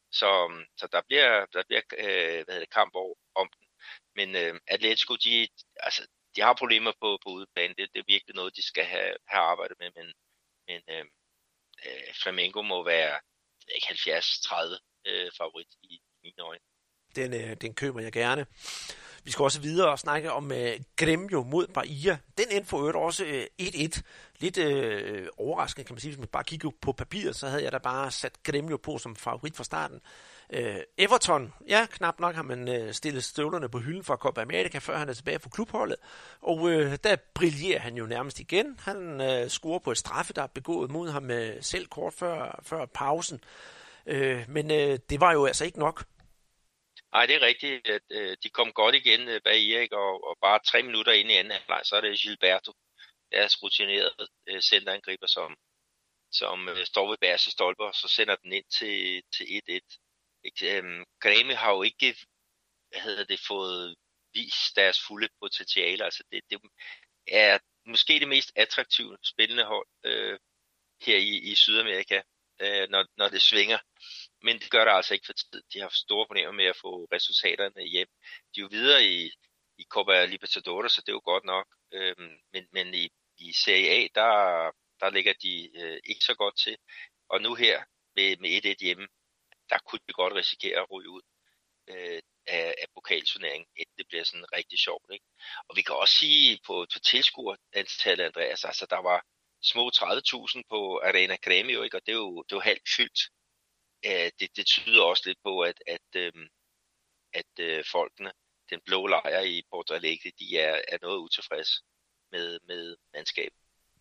Så, så der bliver, der bliver øh, hvad hedder det, kamp over, om den. Men øh, Atletico, de, altså, de har problemer på, på udebane. Det, det er virkelig noget, de skal have, have arbejdet med. Men, men øh, øh, Flamengo må være ikke halvfjerds tredive øh, favorit i, i mine øjne. Den, øh, den køber jeg gerne. Vi skal også videre og snakke om øh, Grêmio mod Bahia. Den endte for øvrigt også øh, et et. Lidt øh, overraskende, kan man sige. Hvis man bare kigger på papiret, så havde jeg da bare sat Grêmio på som favorit fra starten. Øh, Everton, ja, knap nok har man øh, stillet støvlerne på hylden for Copa America, før han er tilbage på klubholdet. Og øh, der brillerer han jo nærmest igen. Han øh, scorer på et straffe, der er begået mod ham øh, selv kort før, før pausen. Øh, men øh, det var jo altså ikke nok. Nej, det er rigtigt. At, øh, de kom godt igen øh, bag Erik, og, og bare tre minutter inde i anden halvleg, så er det Gilberto, deres rutinerede øh, centerangriber, som, som øh, står ved bagerste stolper, og så sender den ind til, til et et. Øhm, Grêmio har jo ikke, hvad hedder det, fået vist deres fulde potentiale. Altså det, det er måske det mest attraktive spillende hold øh, her i, i Sydamerika, øh, når, når det svinger. Men det gør der altså ikke for tid. De har store problemer med at få resultaterne hjem. De er jo videre i, i Copa Libertadores, så det er jo godt nok. Øhm, men men i, i Serie A, der, der ligger de øh, ikke så godt til. Og nu her med, med et et hjemme, der kunne vi godt risikere at ryge ud øh, af, af pokalturneringen, inden det bliver sådan rigtig sjovt. Ikke? Og vi kan også sige på, på tilskuerantallet, Andreas, altså der var små tredive tusind på Arena Grêmio, ikke? Og det er jo, det er jo halvt fyldt. Æh, det, det tyder også lidt på, at, at, øhm, at øh, folkene, den blå lejr i Porto Alegre, de er, er noget utilfredse med, med mandskabet.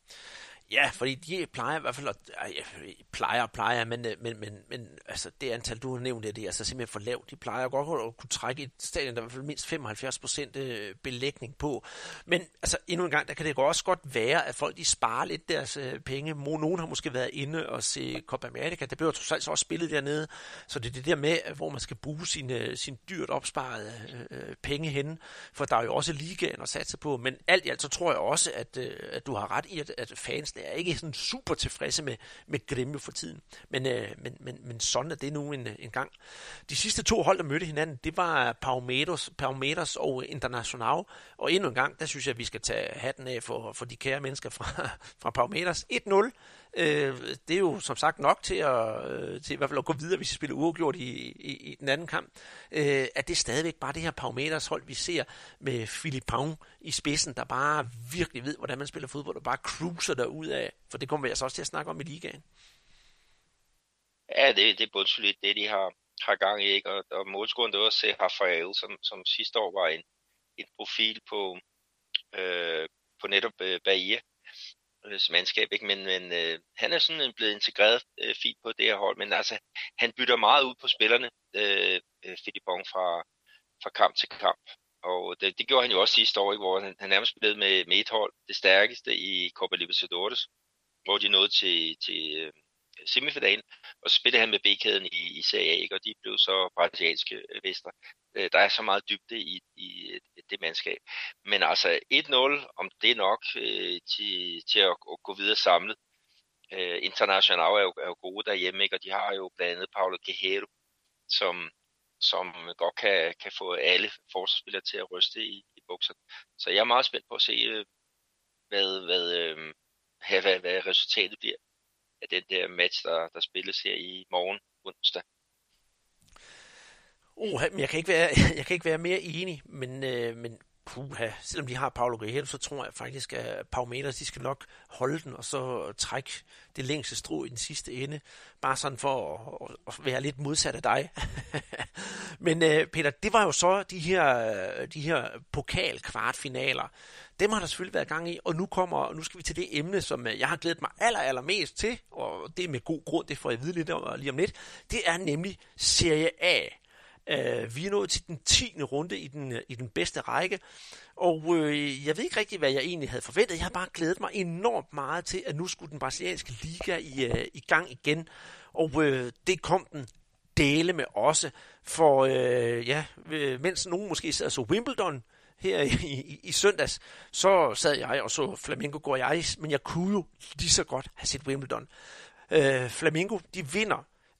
Ja, fordi de plejer i hvert fald at, ej, plejer og plejer, men, men, men, men altså, det antal, du har nævnt, det er altså simpelthen for lavt. De plejer godt at kunne trække et stadion, der er i hvert fald mindst femoghalvfjerds procent belægning på. Men altså, endnu en gang, der kan det også godt være, at folk de sparer lidt deres øh, penge. Nogen har måske været inde og se Copa America. Det bliver trods alt også spillet dernede. Så det er det der med, hvor man skal bruge sine, sine dyrt opsparede øh, penge henne. For der er jo også ligaen at satse på. Men alt i alt, så tror jeg også, at, øh, at du har ret i, at, at fans er ikke sådan super tilfredse med, med Grêmio for tiden. Men, øh, men, men, men sådan er det nu en, en gang. De sidste to hold, der mødte hinanden, det var Palmeiras, Palmeiras og Internacional. Og endnu en gang, der synes jeg, at vi skal tage hatten af for, for de kære mennesker fra, fra Palmeiras. et nul. Øh, det er jo som sagt nok til at, øh, til i hvert fald at gå videre, hvis vi spiller uafgjort i, i, i den anden kamp. Øh, at det er stadigvæk bare det her Palmeiras hold, vi ser med Filipão i spidsen, der bare virkelig ved, hvordan man spiller fodbold, og bare cruiser derud af. For det kommer vi altså også til at snakke om i ligaen. Ja, det, det er bundsolidt, det de har, har gang i, ikke? Og, og målscoren, det var at se Rafael, som, som sidste år var en, en profil på, øh, på netop øh, Bahia mandskab, ikke? Men, men øh, han er sådan blevet integreret øh, fint på det her hold, men altså, han bytter meget ud på spillerne, øh, Filipão, fra, fra kamp til kamp. Og det, det gjorde han jo også sidste år, ikke? Hvor han, han nærmest spillede med, med et hold, det stærkeste i Copa Libertadores, hvor de nåede til, til øh, semifinalen, og så spillede han med B-kæden i, i Serie A, ikke? Og de blev så brasilianske mestre. Øh, der er så meget dybde i, i det mandskab. Men altså et nul, om det er nok øh, til, til at, at gå videre samlet. Øh, Internacional er jo, er jo gode derhjemme, ikke? Og de har jo blandt andet Paulo Guerrero, som, som godt kan, kan få alle forsvarsspillere til at ryste i, i bukserne. Så jeg er meget spændt på at se, øh, hvad, hvad, øh, hvad, hvad resultatet bliver af den der match, der, der spilles her i morgen onsdag. Oh, men jeg kan ikke være, jeg kan ikke være mere enig, men, øh, men puha, selvom de har Paulo Guerrero, så tror jeg faktisk, at Palmeiras, de skal nok holde den, og så trække det længste strå i den sidste ende, bare sådan for at, at være lidt modsat af dig. Men øh, Peter, det var jo så de her, de her pokal-kvartfinaler. Dem har der selvfølgelig været gang i, og nu kommer, nu skal vi til det emne, som jeg har glædet mig aller, aller mest til, og det er med god grund, det får jeg vide lidt om lige om lidt. Det er nemlig Serie A. Uh, vi er nået til den tiende runde i den, i den bedste række, og uh, jeg ved ikke rigtig, hvad jeg egentlig havde forventet. Jeg har bare glædet mig enormt meget til, at nu skulle den brasilianske liga i, uh, i gang igen, og uh, det kom den dele med også, for uh, ja, mens nogen måske sad og så Wimbledon her i, i, i søndags, så sad jeg og så Flamengo Goiás, men jeg kunne jo lige så godt have set Wimbledon. Uh, Flamengo, de vinder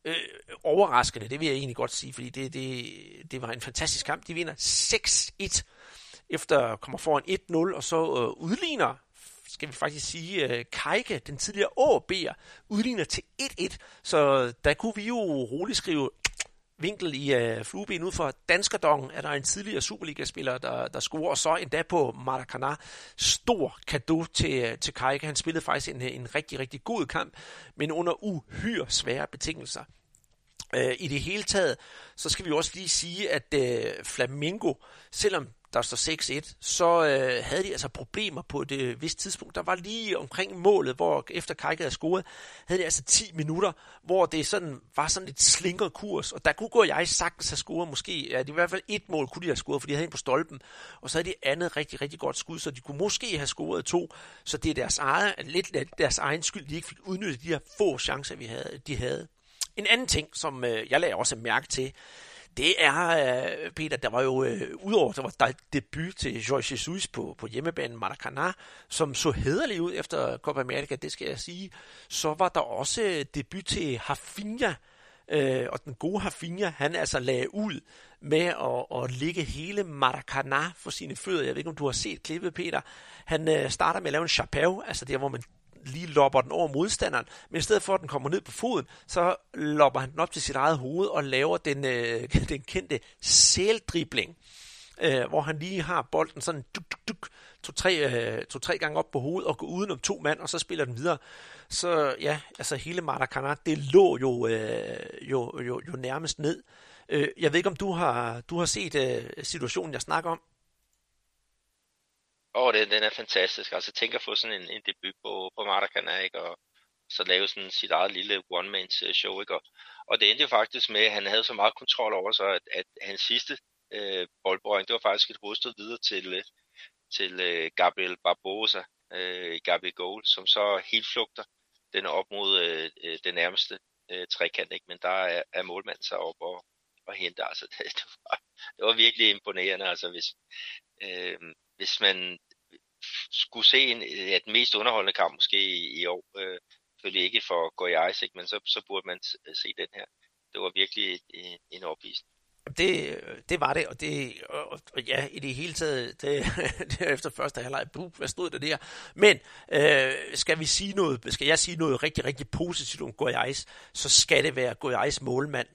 øh, overraskende, det vil jeg egentlig godt sige, fordi det, det, det var en fantastisk kamp. De vinder seks et, efter kommer foran et nul, og så øh, udligner, skal vi faktisk sige, øh, Kajke, den tidligere A B'er, udligner til et et, så der kunne vi jo roligt skrive vinkel i uh, flueben ud for Danskerdongen, er der en tidligere Superliga-spiller, der, der scorer, og så endda på Maracanã. Stor cadeau til, til Kajke. Han spillede faktisk en, en rigtig, rigtig god kamp, men under uhyre svære betingelser. Uh, I det hele taget, så skal vi også lige sige, at uh, Flamengo, selvom der står seks et, så øh, havde de altså problemer på et øh, vist tidspunkt. Der var lige omkring målet, hvor efter Kajke havde scoret, havde de altså ti minutter, hvor det sådan, var sådan et slinkret kurs, og der kunne gå jeg sagtens have scoret måske, ja, det var i hvert fald et mål kunne de have scoret, for de havde en på stolpen, og så havde de andet rigtig, rigtig godt skud, så de kunne måske have scoret to, så det er deres, eget, lidt deres egen skyld, de ikke fik udnyttet de her få chancer, vi havde, de havde. En anden ting, som øh, jeg lagde også mærke til, det er, Peter, der var jo, øh, udover der var der debut til Jorge Jesus på, på hjemmebanen Maracanã, som så hæderlig ud efter Copa America, det skal jeg sige, så var der også debut til Rafinha, øh, og den gode Rafinha, han altså lagde ud med at, at ligge hele Maracanã for sine fødder. Jeg ved ikke, om du har set klippet, Peter. Han øh, starter med at lave en chapéu, altså der, hvor man lige lopper den over modstanderen, men i stedet for at den kommer ned på foden, så lopper han den op til sit eget hoved og laver den, øh, den kendte sældribling, øh, hvor han lige har bolden sådan duk, duk, duk, to-tre øh, to, tre gange op på hovedet og går udenom to mand, og så spiller den videre. Så ja, altså hele Maracanã, det lå jo, øh, jo, jo, jo nærmest ned. Øh, jeg ved ikke, om du har, du har set øh, situationen, jeg snakker om. Åh, oh, den, den er fantastisk. Altså, tænk at få sådan en, en debut på, på Maracanã, ikke? Og så lave sådan sit eget lille one-man show, ikke? Og, og det endte jo faktisk med, at han havde så meget kontrol over sig, at, at hans sidste øh, boldberøring, det var faktisk et hovedstød videre til, til øh, Gabriel Barbosa øh, i Gabi Goal, som så helt flugter den op mod øh, den nærmeste øh, trekant, ikke? Men der er, er målmanden så op og, og henter. Altså, det, det, var, det var virkelig imponerende, altså hvis... Øh, Hvis man skulle se en, ja, den mest underholdende kamp måske i, i år, øh, selvfølgelig ikke for Goiás, ikke, men så, så burde man se den her. Det var virkelig en, en opvisning. Det, det var det, og det, og, og ja, i det hele taget, det, det efter første halvleg, buh, hvad stod der der? Men øh, skal vi sige noget, skal jeg sige noget rigtig, rigtig positivt om Goiás, så skal det være Goiás målmand.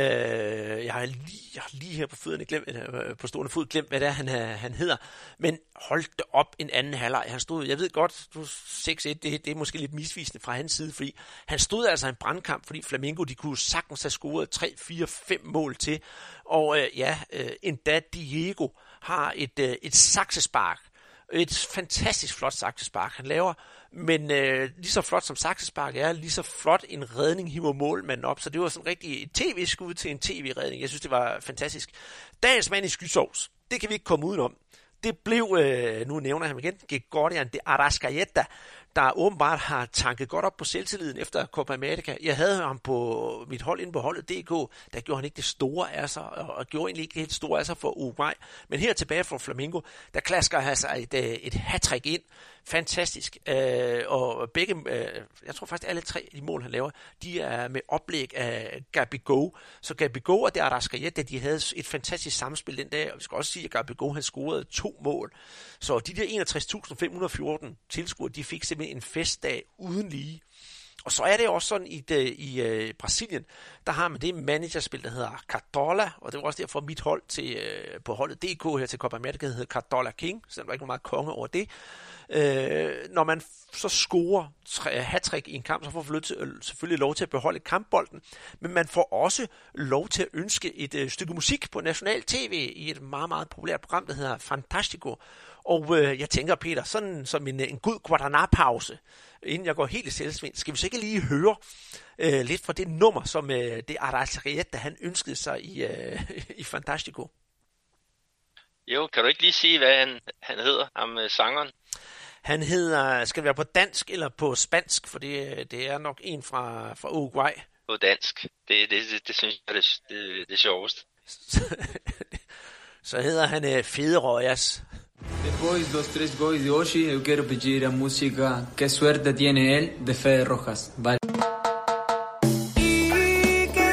Øh, jeg, har lige, jeg har lige her på fødderne glemt, øh, på stående fod glemt, hvad det er, han, han hedder. Men hold det op en anden halvleg. Han stod, jeg ved godt, du seks et, det, det er måske lidt misvisende fra hans side, fordi han stod altså en brandkamp, fordi Flamengo, de kunne sagtens have scoret tre, fire, fem mål til. Og øh, ja, øh, endda Diego har et, øh, et saksespark. Et fantastisk flot saksespark, han laver, men øh, lige så flot som saksespark er, lige så flot en redning hiver målmanden op, så det var sådan rigtig et tv-skud til en tv-redning. Jeg synes, det var fantastisk. Dagens mand i skysovs, det kan vi ikke komme udenom. Det blev, øh, nu nævner jeg ham igen, Gregorian de Arrascaeta, der åbenbart har tanket godt op på selvtilliden efter Copa America. Jeg havde ham på mit hold inde på holdet punktum d k, der gjorde han ikke det store af sig, og gjorde egentlig ikke helt store af sig for Uruguay. Men her tilbage fra Flamengo, der klasker han sig et, et hat-trick ind. Fantastisk. Øh, og begge, øh, jeg tror faktisk alle tre de mål, han laver, de er med oplæg af Gabigol. Så Gabigol og det Arrascaeta, de havde et fantastisk samspil den dag, og vi skal også sige, at Gabigol, han scorede to mål. Så de der enogtres tusind fem hundrede og fjorten tilskuere, de fik simpelthen en festdag uden lige. Og så er det også sådan, i, det, i uh, Brasilien, der har man det managerspil, der hedder Cartola, og det var også derfor mit hold til, uh, på holdet punktum d k her til Copa America, der hedder Cartola King, så der var ikke meget konge over det. Uh, når man så scorer hat-trick i en kamp, så får man selvfølgelig lov til at beholde kampbolden, men man får også lov til at ønske et uh, stykke musik på national tv i et meget, meget populært program, der hedder Fantástico. Og øh, jeg tænker, Peter, sådan som en, en god Guaraná-pause, inden jeg går helt i selvsvind, skal vi så ikke lige høre øh, lidt fra det nummer, som øh, det Arrascaeta, han ønskede sig i, øh, i Fantástico? Jo, kan du ikke lige sige, hvad han, han hedder, ham øh, sangeren? Han hedder, skal det være på dansk eller på spansk, for det, det er nok en fra, fra Uruguay. På dansk, det, det, det, det synes jeg er det, det, det sjoveste. Så hedder han øh, Fede Royas. Depois dos tres gols de hoje, eu quero pedir a música Que Suerte Tiene Él, de Fede Rojas. Vale. Y que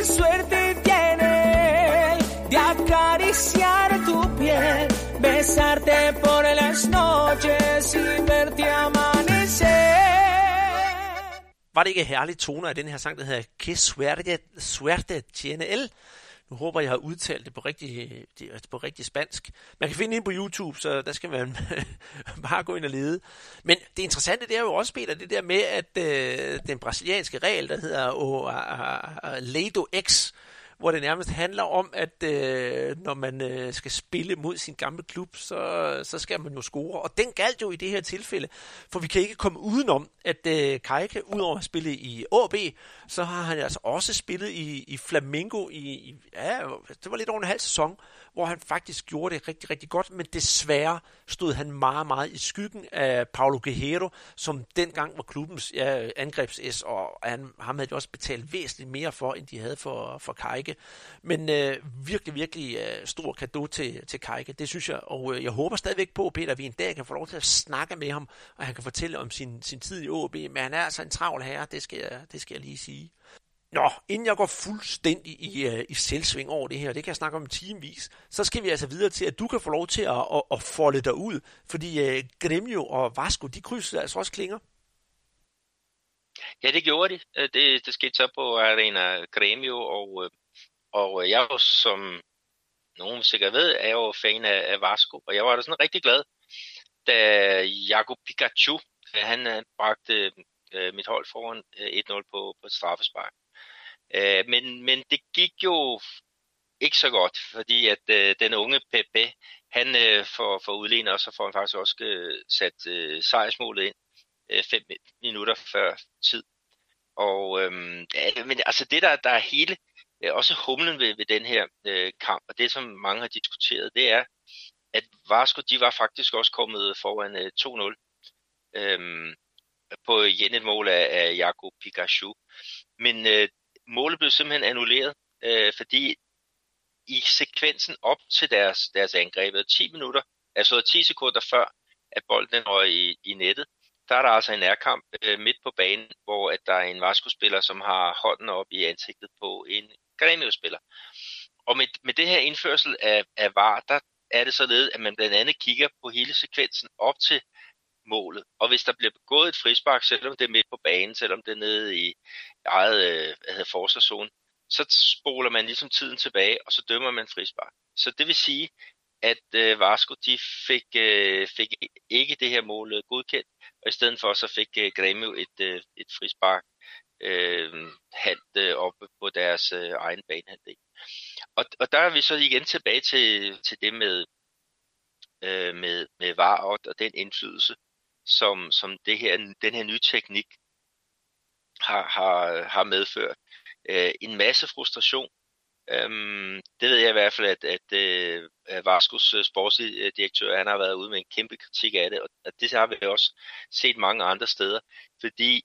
var det ikke herlige toner af den her sang, der hedder Que suerte, suerte tiene él? Nu håber jeg har udtalt det på rigtig, på rigtig spansk. Man kan finde det på YouTube, så der skal man bare gå ind og lede. Men det interessante, det er jo også, Peter, det der med, at øh, den brasilianske regel, der hedder oh, uh, uh, Lei do Ex, hvor det nærmest handler om, at øh, når man øh, skal spille mod sin gamle klub, så, så skal man jo score. Og den galt jo i det her tilfælde, for vi kan ikke komme udenom, at øh, Kajke, udover at spille i A B, så har han altså også spillet i, i Flamengo i, i, ja, det var lidt over en halv sæson, hvor han faktisk gjorde det rigtig, rigtig godt, men desværre stod han meget, meget i skyggen af Paulo Guerrero, som dengang var klubbens ja, angrebs-S, og han, ham havde jo også betalt væsentligt mere for, end de havde for, for Kajke. Men øh, virkelig, virkelig øh, stor cadeau til, til Kajke, det synes jeg, og øh, jeg håber stadigvæk på, Peter, at vi en dag kan få lov til at snakke med ham, og han kan fortælle om sin, sin tid i A B, men han er altså en travl herre, det skal jeg, det skal jeg lige sige. Nå, inden jeg går fuldstændig i, uh, i selvsving over det her, det kan jeg snakke om timevis, så skal vi altså videre til, at du kan få lov til at, at, at folde dig ud, fordi uh, Grêmio og Vasco, de krydsede altså også klinger. Ja, det gjorde de. Det, det skete så på Arena Grêmio, og, og jeg var, som nogen sikkert ved, er jo fan af, af Vasco, og jeg var da sådan rigtig glad, da Iago Pikachu, han bragte uh, mit hold foran uh, et nul på, på et straffespark. Uh, men, men det gik jo ikke så godt, fordi at uh, den unge Pepe, han uh, får, får udlignet, og så får han faktisk også uh, sat uh, sejrsmålet ind uh, fem minutter før tid. Og um, ja, men altså det der, der er hele, uh, også humlen ved, ved den her uh, kamp, og det som mange har diskuteret, det er, at Vasco, de var faktisk også kommet foran uh, to nul. Um, på igen et mål af, af Iago Pikachu. Men øh, målet blev simpelthen annulleret, øh, fordi i sekvensen op til deres, deres angreb, ti minutter, altså ti sekunder før, at bolden røg i, i nettet, der er der altså en nærkamp øh, midt på banen, hvor at der er en Vasco-spiller, som har hånden op i ansigtet på en Grêmio-spiller. Og med, med det her indførsel af, af V A R, der er det således, at man blandt andet kigger på hele sekvensen op til målet. Og hvis der bliver begået et frispark, selvom det er midt på banen, selvom det er nede i eget øh, forsvarszone, så spoler man ligesom tiden tilbage, og så dømmer man frispark. Så det vil sige, at øh, Vasco, de fik, øh, fik ikke det her mål øh, godkendt, og i stedet for så fik øh, Grêmio et, øh, et frispark øh, hand øh, oppe på deres øh, egen banehalvdel. Og, og der er vi så igen tilbage til, til det med, øh, med, med V A R og, og den indflydelse, som, som det her, den her nye teknik har, har, har medført. Øh, en masse frustration. Øhm, det ved jeg i hvert fald, at, at, at Vascos sportsdirektør, han har været ude med en kæmpe kritik af det, og det har vi også set mange andre steder, fordi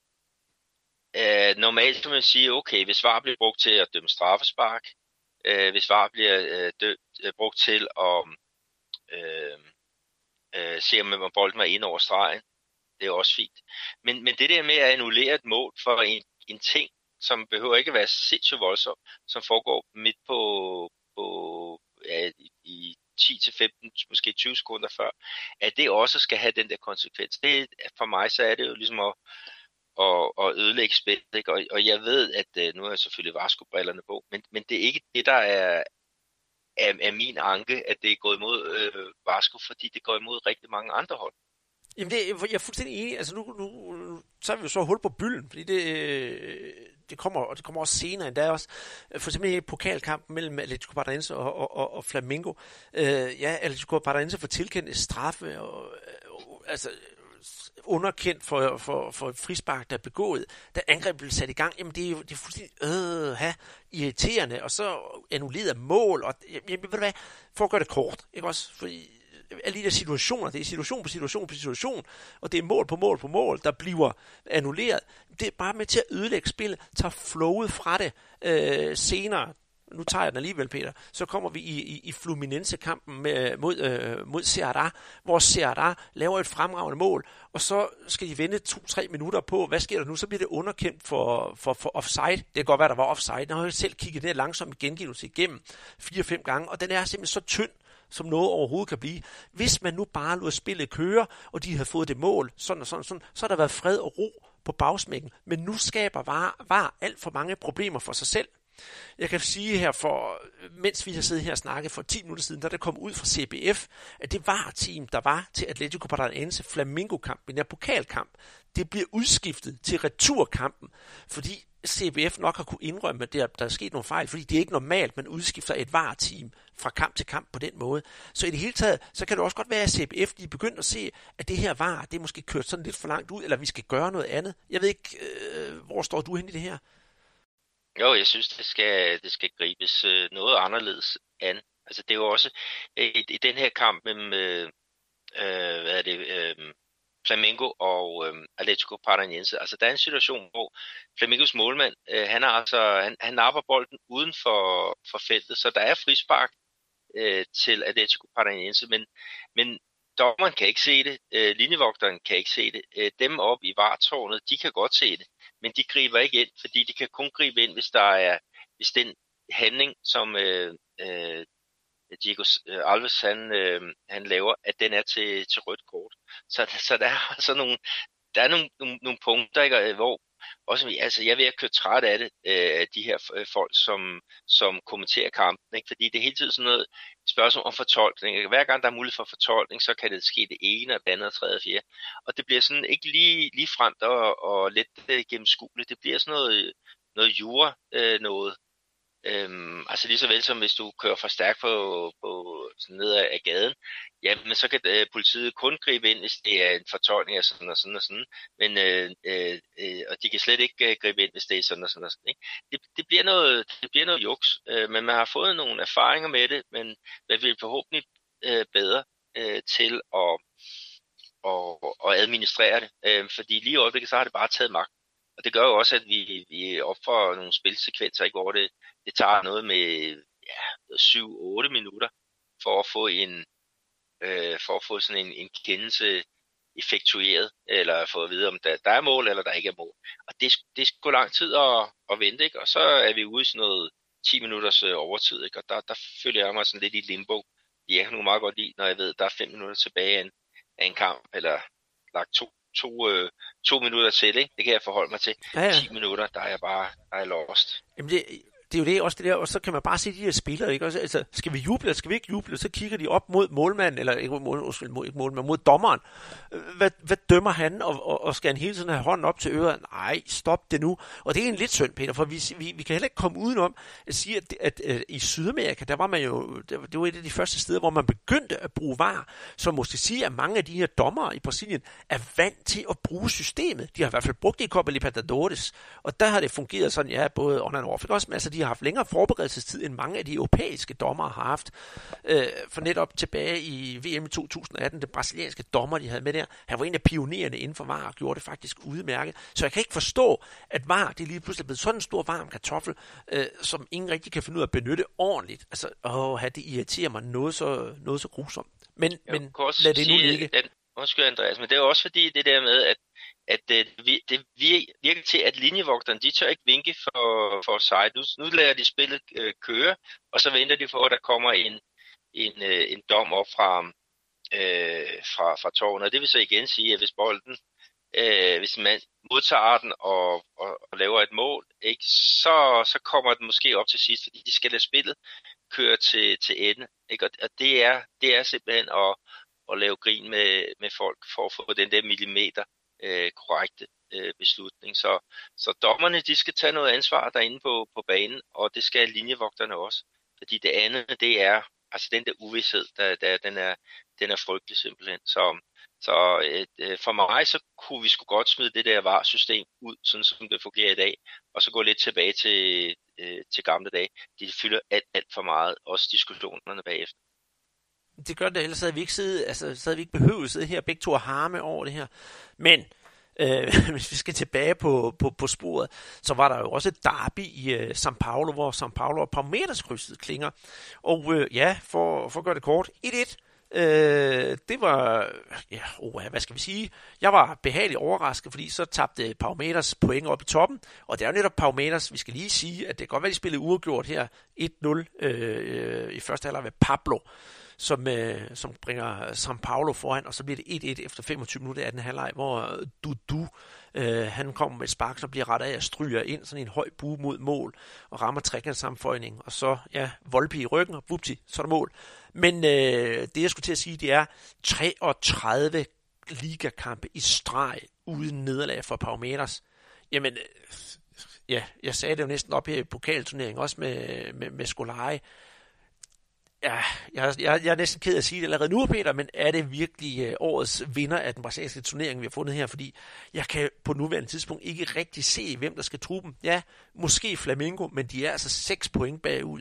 øh, normalt kan man sige, okay, hvis V A R bliver brugt til at dømme straffespark, øh, hvis V A R bliver øh, dø, øh, brugt til at øh, øh, se, om bolden var inde over stregen, det er også fint. Men, men det der med at annullere et mål for en, en ting, som behøver ikke at være sindssygt voldsomt, som foregår midt på, på ja, i ti til femten, måske tyve sekunder før, at det også skal have den der konsekvens. Det, for mig så er det jo ligesom at, at, at ødelægge spil, ikke? Og, og jeg ved, at nu er jeg selvfølgelig Vasco-brillerne på, men, men det er ikke det, der er, er, er min anke, at det er gået imod øh, Vasco, fordi det går imod rigtig mange andre hold. Jamen, det, jeg er fuldstændig enig. Altså, nu, nu, nu så er vi jo så hul på bylden, fordi det, det, kommer, og det kommer også senere endda også. For eksempel i pokalkampen mellem Atletico Paranaense og, og, og, og Flamengo. Øh, ja, Atletico Paranaense får tilkendt et straffe, og, og, altså underkendt for, for, for et frispark, der er begået. Da angrebet blev sat i gang, jamen det er, det er fuldstændig øh, ha, irriterende, og så annulleret mål, og jamen, ved du hvad, for at gøre det kort, ikke også? Fordi alle de der situationer, det er situation på situation på situation, og det er mål på mål på mål, der bliver annulleret. Det er bare med til at ødelægge spillet, tager flowet fra det øh, senere. Nu tager jeg den alligevel, Peter. Så kommer vi i, i, i Fluminense-kampen med, mod, øh, mod Ceará, hvor Ceará laver et fremragende mål, og så skal de vente to-tre minutter på, hvad sker der nu? Så bliver det underkendt for, for, for offside. Det kan godt være, der var offside. Jeg har selv kigget det langsomt gengivelse igennem fire-fem gange, og den er simpelthen så tynd, som noget overhovedet kan blive. Hvis man nu bare lod spillet køre, og de havde fået det mål, sådan og sådan, sådan, så har der været fred og ro på bagsmækken, men nu skaber var, var alt for mange problemer for sig selv. Jeg kan sige her, for mens vi har siddet her og snakket for ti minutter siden, da der kom ud fra C B F, at det var team, der var til Atletico Paranaense Flamengo-kamp, den der pokalkamp, det bliver udskiftet til returkampen, fordi C B F nok har kunne indrømme, at der, der er sket nogle fejl, fordi det er ikke normalt, man udskifter et V A R-team fra kamp til kamp på den måde. Så i det hele taget, så kan det også godt være, at C B F de er begyndt at se, at det her V A R, det er måske kørt sådan lidt for langt ud, eller vi skal gøre noget andet. Jeg ved ikke, øh, hvor står du hen i det her? Jo, jeg synes, det skal, det skal gribes øh, noget anderledes an. Altså, det er jo også øh, i, i den her kamp mellem øh, øh, hvad er det, øh, Flamengo og øh, Atletico Paranaense. Altså, der er en situation, hvor Flamengos målmand, øh, han, er altså, han, han napper bolden uden for, for feltet, så der er frispark øh, til Atletico Paranaense, men, men dommeren kan ikke se det, øh, linjevogteren kan ikke se det, øh, dem oppe i V A R-tårnet, de kan godt se det, men de griber ikke ind, fordi de kan kun gribe ind, hvis der er, hvis den handling, som øh, øh, Diego Alves han, øh, han laver, at den er til, til rødt kort. Så, så der er altså nogle, der er nogle, nogle, nogle punkter, ikke, hvor også, altså, jeg er ved at køre træt af det, øh, de her folk, som, som kommenterer kampen, ikke? Fordi det er hele tiden sådan noget spørgsmål om fortolkning. Hver gang der er mulighed for fortolkning, så kan det ske det ene, og det andet, og tredje og fjerde. Og det bliver sådan ikke lige, lige fremt og, og let øh, gennemskueligt. Det bliver sådan noget, noget jura, øh, noget. Øhm, altså lige så vel som hvis du kører for stærkt på, på sådan ned af gaden, jamen så kan øh, politiet kun gribe ind, hvis det er en fortolkning af sådan og sådan og sådan, men øh, øh, og de kan slet ikke øh, gribe ind, hvis det er sådan og sådan og sådan, ikke? Det, det bliver noget, det bliver noget juks, øh, men man har fået nogle erfaringer med det, men man vil forhåbentlig øh, bedre øh, til at, og, og administrere det, øh, fordi lige i øjeblikket så har det bare taget magt. Og det gør jo også, at vi, vi opfører nogle spilsekvenser, ikke, hvor det, det tager noget med ja, syv otte minutter for at få en øh, for at få sådan en, en kendelse effektueret, eller få at vide, om der, der er mål, eller der ikke er mål. Og det, det er sgu lang tid at, at vente, ikke? Og så er vi ude i sådan noget ti minutters øh, overtid, ikke? Og der, der føler jeg mig sådan lidt i limbo. Jeg kan nu meget godt lide, når jeg ved, at der er fem minutter tilbage af en, af en kamp, eller lagt to To, øh, to minutter til, ikke? Det kan jeg forholde mig til. Ja, ja. ti minutter, der er jeg bare der er jeg lost. Jamen det, det er jo det også det der, og så kan man bare se de her spillere, ikke? Også, altså, skal vi juble, eller skal vi ikke juble? Og så kigger de op mod målmanden, eller ikke mod, ikke målmanden, mod dommeren. Hvad, hvad dømmer han, og, og, og skal han hele tiden have hånden op til øret? Nej, stop det nu. Og det er egentlig lidt synd, Peter, for vi, vi, vi kan heller ikke komme udenom at sige, at, at, at, at i Sydamerika, der var man jo, det var et af de første steder, hvor man begyndte at bruge V A R, så måske sige, at mange af de her dommere i Brasilien er vant til at bruge systemet. De har i hvert fald brugt det i Copa Libertadores, og der har det fungeret sådan, ja, både on and off, ikke også? Men altså, de har haft længere forberedelsestid, end mange af de europæiske dommere har haft. Øh, for netop tilbage i V M i to tusind atten, den brasilianske dommer, de havde med der, han var en af pionererne inden for V A R, og gjorde det faktisk udmærket. Så jeg kan ikke forstå, at V A R, det er lige pludselig blevet sådan en stor varm kartoffel, øh, som ingen rigtig kan finde ud af at benytte ordentligt. Altså, åh, det irriterer mig noget så, noget så grusomt. Men, men lad det nu ligge. Den, undskyld, Andreas, men det er også fordi det der med, at at det, det virker til, at linjevogterne, de tør ikke vinke for, for sig. Nu, nu lader de spillet øh, køre, og så venter de for, at der kommer en, en, øh, en dom op fra, øh, fra, fra tårnet. Og det vil så igen sige, at hvis bolden, øh, hvis man modtager den og, og, og laver et mål, ikke, så, så kommer den måske op til sidst, fordi de skal lade spillet køre til, til ende. Ikke? Og, og det, er, det er simpelthen at, at lave grin med, med folk for at få den der millimeter Øh, korrekte øh, beslutning. Så, så dommerne, de skal tage noget ansvar derinde på, på banen, og det skal linjevogterne også. Fordi det andet, det er, altså den der uvished, der, der, den, er, den er frygtelig simpelthen. Så, så øh, for mig, så kunne vi sgu godt smide det der V A R-system ud, sådan som det fungerer i dag, og så gå lidt tilbage til, øh, til gamle dage. De fylder alt, alt for meget, også diskussionerne bagefter. Det gør det, ellers havde vi ikke siddet, altså, så havde vi ikke behøvet at sidde her begge to og harme over det her. Men øh, hvis vi skal tilbage på, på, på sporet, så var der jo også et derby i øh, São Paulo, hvor São Paulo og Palmeiras-krydset klinger. Og øh, ja, for, for at gøre det kort, et et. Øh, det var, ja, oh, hvad skal vi sige, jeg var behageligt overrasket, fordi så tabte Palmeiras point op i toppen, og det er jo netop Palmeiras, vi skal lige sige, at det kan godt være, de spillede uafgjort her et nul øh, i første halvleg ved Pablo, som, øh, som bringer São Paulo foran, og så bliver det et et efter femogtyve minutter af den halvleg, hvor Dudu, Øh, han kommer med et spark, som bliver rettet af og stryger ind, sådan en høj bue mod mål, og rammer trekantsammenføjning, og så, ja, Volpi i ryggen, og vupti, så er der mål. Men øh, det, jeg skulle til at sige, det er treogtredive ligakampe i streg, uden nederlag for Palmeiras. Jamen, øh, ja, jeg sagde det jo næsten op her i pokalturneringen, også med, med, med Scolari. Ja, jeg, jeg, jeg er næsten ked af at sige det allerede nu, Peter, men er det virkelig uh, årets vinder af den brasilianske turnering, vi har fundet her? Fordi jeg kan på nuværende tidspunkt ikke rigtig se, hvem der skal true dem. Ja, måske Flamengo, men de er altså seks point bagud.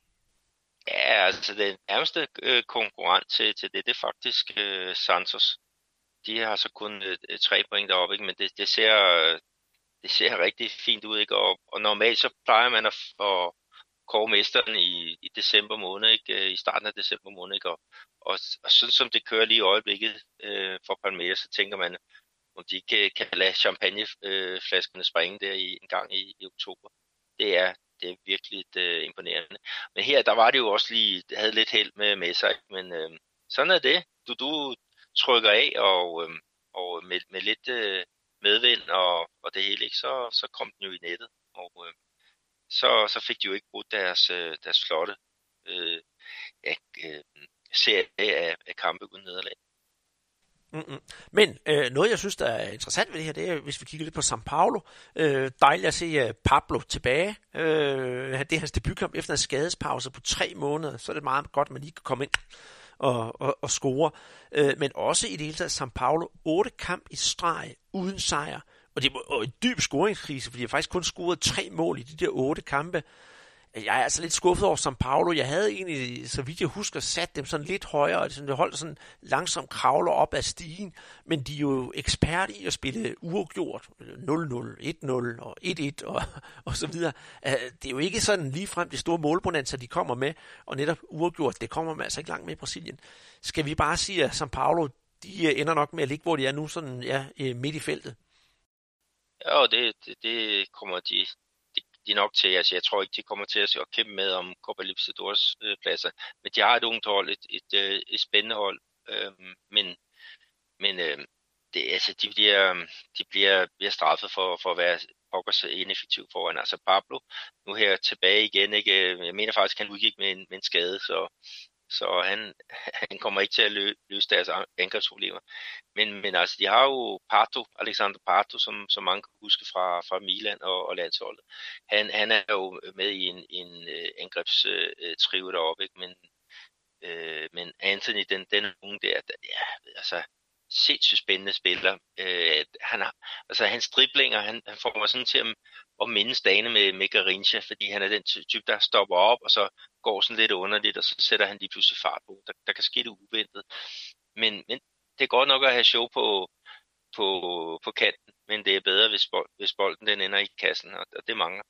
Ja, altså den nærmeste øh, konkurrent til, til det, det er faktisk øh, Santos. De har så kun øh, tre point deroppe, ikke? Men det, det, ser, øh, det ser rigtig fint ud, ikke? Og, og normalt så plejer man at, at kåre mesteren i, i december måned, ikke? I starten af december måned, ikke? Og, og, og sådan som det kører lige i øjeblikket øh, for Palmeiras, så tænker man, om de ikke kan lade champagneflaskerne springe der i, en gang i, i oktober. Det er, det er virkelig øh, imponerende. Men her, der var det jo også lige, det havde lidt held med, med sig, men øh, sådan er det. Du, du trykker af, og, øh, og med, med lidt øh, medvind og, og det hele, ikke? Så, så kom den jo i nettet, og øh, så, så fik de jo ikke brudt deres, øh, deres flotte øh, ja, øh, serie af, af kampe uden nederlag. Mm-mm. Men øh, noget, jeg synes, der er interessant ved det her, det er, hvis vi kigger lidt på São Paulo. Øh, dejligt at se uh, Pablo tilbage. Øh, det er hans debutkamp efter en skadespause på tre måneder, så er det meget godt, at man lige kan komme ind og, og, og score. Øh, men også i det hele taget São Paulo, otte kamp i streg uden sejr. Og det var en dyb scoringskrise, fordi jeg faktisk kun scorede tre mål i de der otte kampe. Jeg er altså lidt skuffet over São Paulo. Jeg havde egentlig, så vidt jeg husker, sat dem sådan lidt højere, og det holdt sådan langsomt kravler op ad stigen, men de er jo ekspert i at spille uafgjort, nul nul, et nul og et et og, og så videre. Det er jo ikke sådan ligefrem de store målbonanza, de kommer med, og netop uafgjort, det kommer man altså ikke langt med i Brasilien. Skal vi bare sige, at São Paulo, de ender nok med at ligge, hvor de er nu, sådan ja, midt i feltet? Ja, og det, det, det kommer de... de nok til, altså jeg tror ikke, de kommer til at kæmpe med om Copa Libertadores øh, pladser, men de har et ungt hold, et, et, et, et spændende hold, øh, men, men øh, det, altså, de, bliver, de bliver, bliver straffet for, for at være pokkers ineffektiv foran, altså Pablo, nu her tilbage igen, ikke? Jeg mener faktisk, han udgik med en, med en skade, så, så han, han kommer ikke til at lø, løse deres angrebsproblemer. Men, men altså, de har jo Pato, Alexander Pato, som, som mange kan huske fra, fra Milan og, og landsholdet. Han, han er jo med i en, en uh, angrebstrive uh, deroppe, ikke? Men, uh, men Anthony, den, den unge der, der ja, altså, sindssygt spændende spiller. Uh, han har, altså, hans driblinger, han, han får mig sådan til at, at mindes dagene med, med Garincha, fordi han er den type, der stopper op, og så går sådan lidt underligt, og så sætter han lige pludselig fart på. Der, der kan ske det uventet. Men, men det er godt nok at have show på, på, på kanten, men det er bedre, hvis, bold, hvis bolden den ender i kassen, og, og det mangler.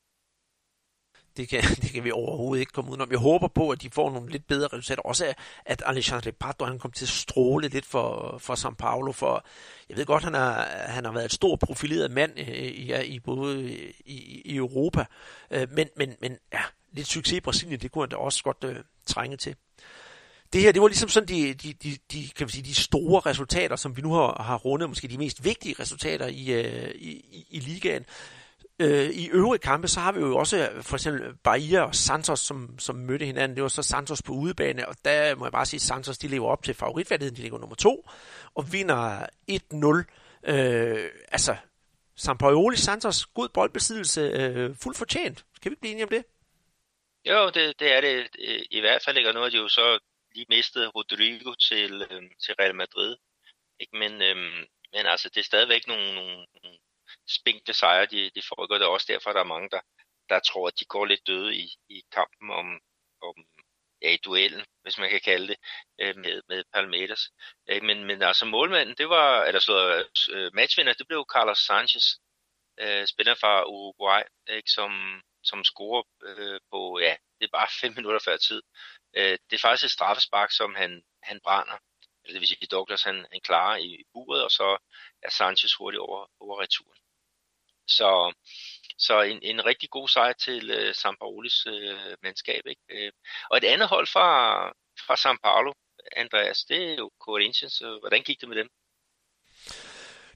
Det kan, det kan vi overhovedet ikke komme udenom. Jeg håber på, at de får nogle lidt bedre resultater. Også at Alexandre Pato, han kom til at stråle lidt for, for São Paulo. For jeg ved godt, han har, han har været et stort profileret mand i, ja, i både i, i Europa. Men, men, men ja, lidt succes i Brasilien, det kunne han da også godt uh, trænge til. Det her, det var ligesom sådan de, de, de, de, kan vi sige, de store resultater, som vi nu har, har rundet, måske de mest vigtige resultater i, uh, i, i, i ligaen. Uh, I øvrige kampe, så har vi jo også for eksempel Bahia og Santos, som, som mødte hinanden. Det var så Santos på udebane, og der må jeg bare sige, at Santos de lever op til favoritværdigheden. De ligger nummer to og vinder et nul. Uh, altså, Sampaoli, Santos, god boldbesiddelse, uh, fuldt fortjent. Kan vi blive enige om det? Jo, det, det er det. I hvert fald ikke, og nu har de jo så lige mistet Rodrigo til, øh, til Real Madrid. Ikke? Men, øh, men altså, det er stadigvæk nogle, nogle, nogle spinkle sejre, de, de får. Og det er også derfor, der er mange, der, der tror, at de går lidt døde i, i kampen om, om ja, i duellen, hvis man kan kalde det, øh, med, med Palmeiras. Øh, men, men altså målmanden, det var, eller så øh, matchvinder, det blev Carlos Sanchez, øh, spiller fra Uruguay, ikke, som, som scorer øh, på, ja, det er bare fem minutter før tid. Øh, det er faktisk et straffespark, som han, han brænder. Det vil sige, at Douglas han, han klarer i, i buret, og så er Sanchez hurtigt over, over returen. Så, så en, en rigtig god sejr til uh, Sampaolis uh, mandskab. Ikke? Og et andet hold fra, fra São Paulo, Andreas, det er jo Corinthians. Hvordan gik det med dem?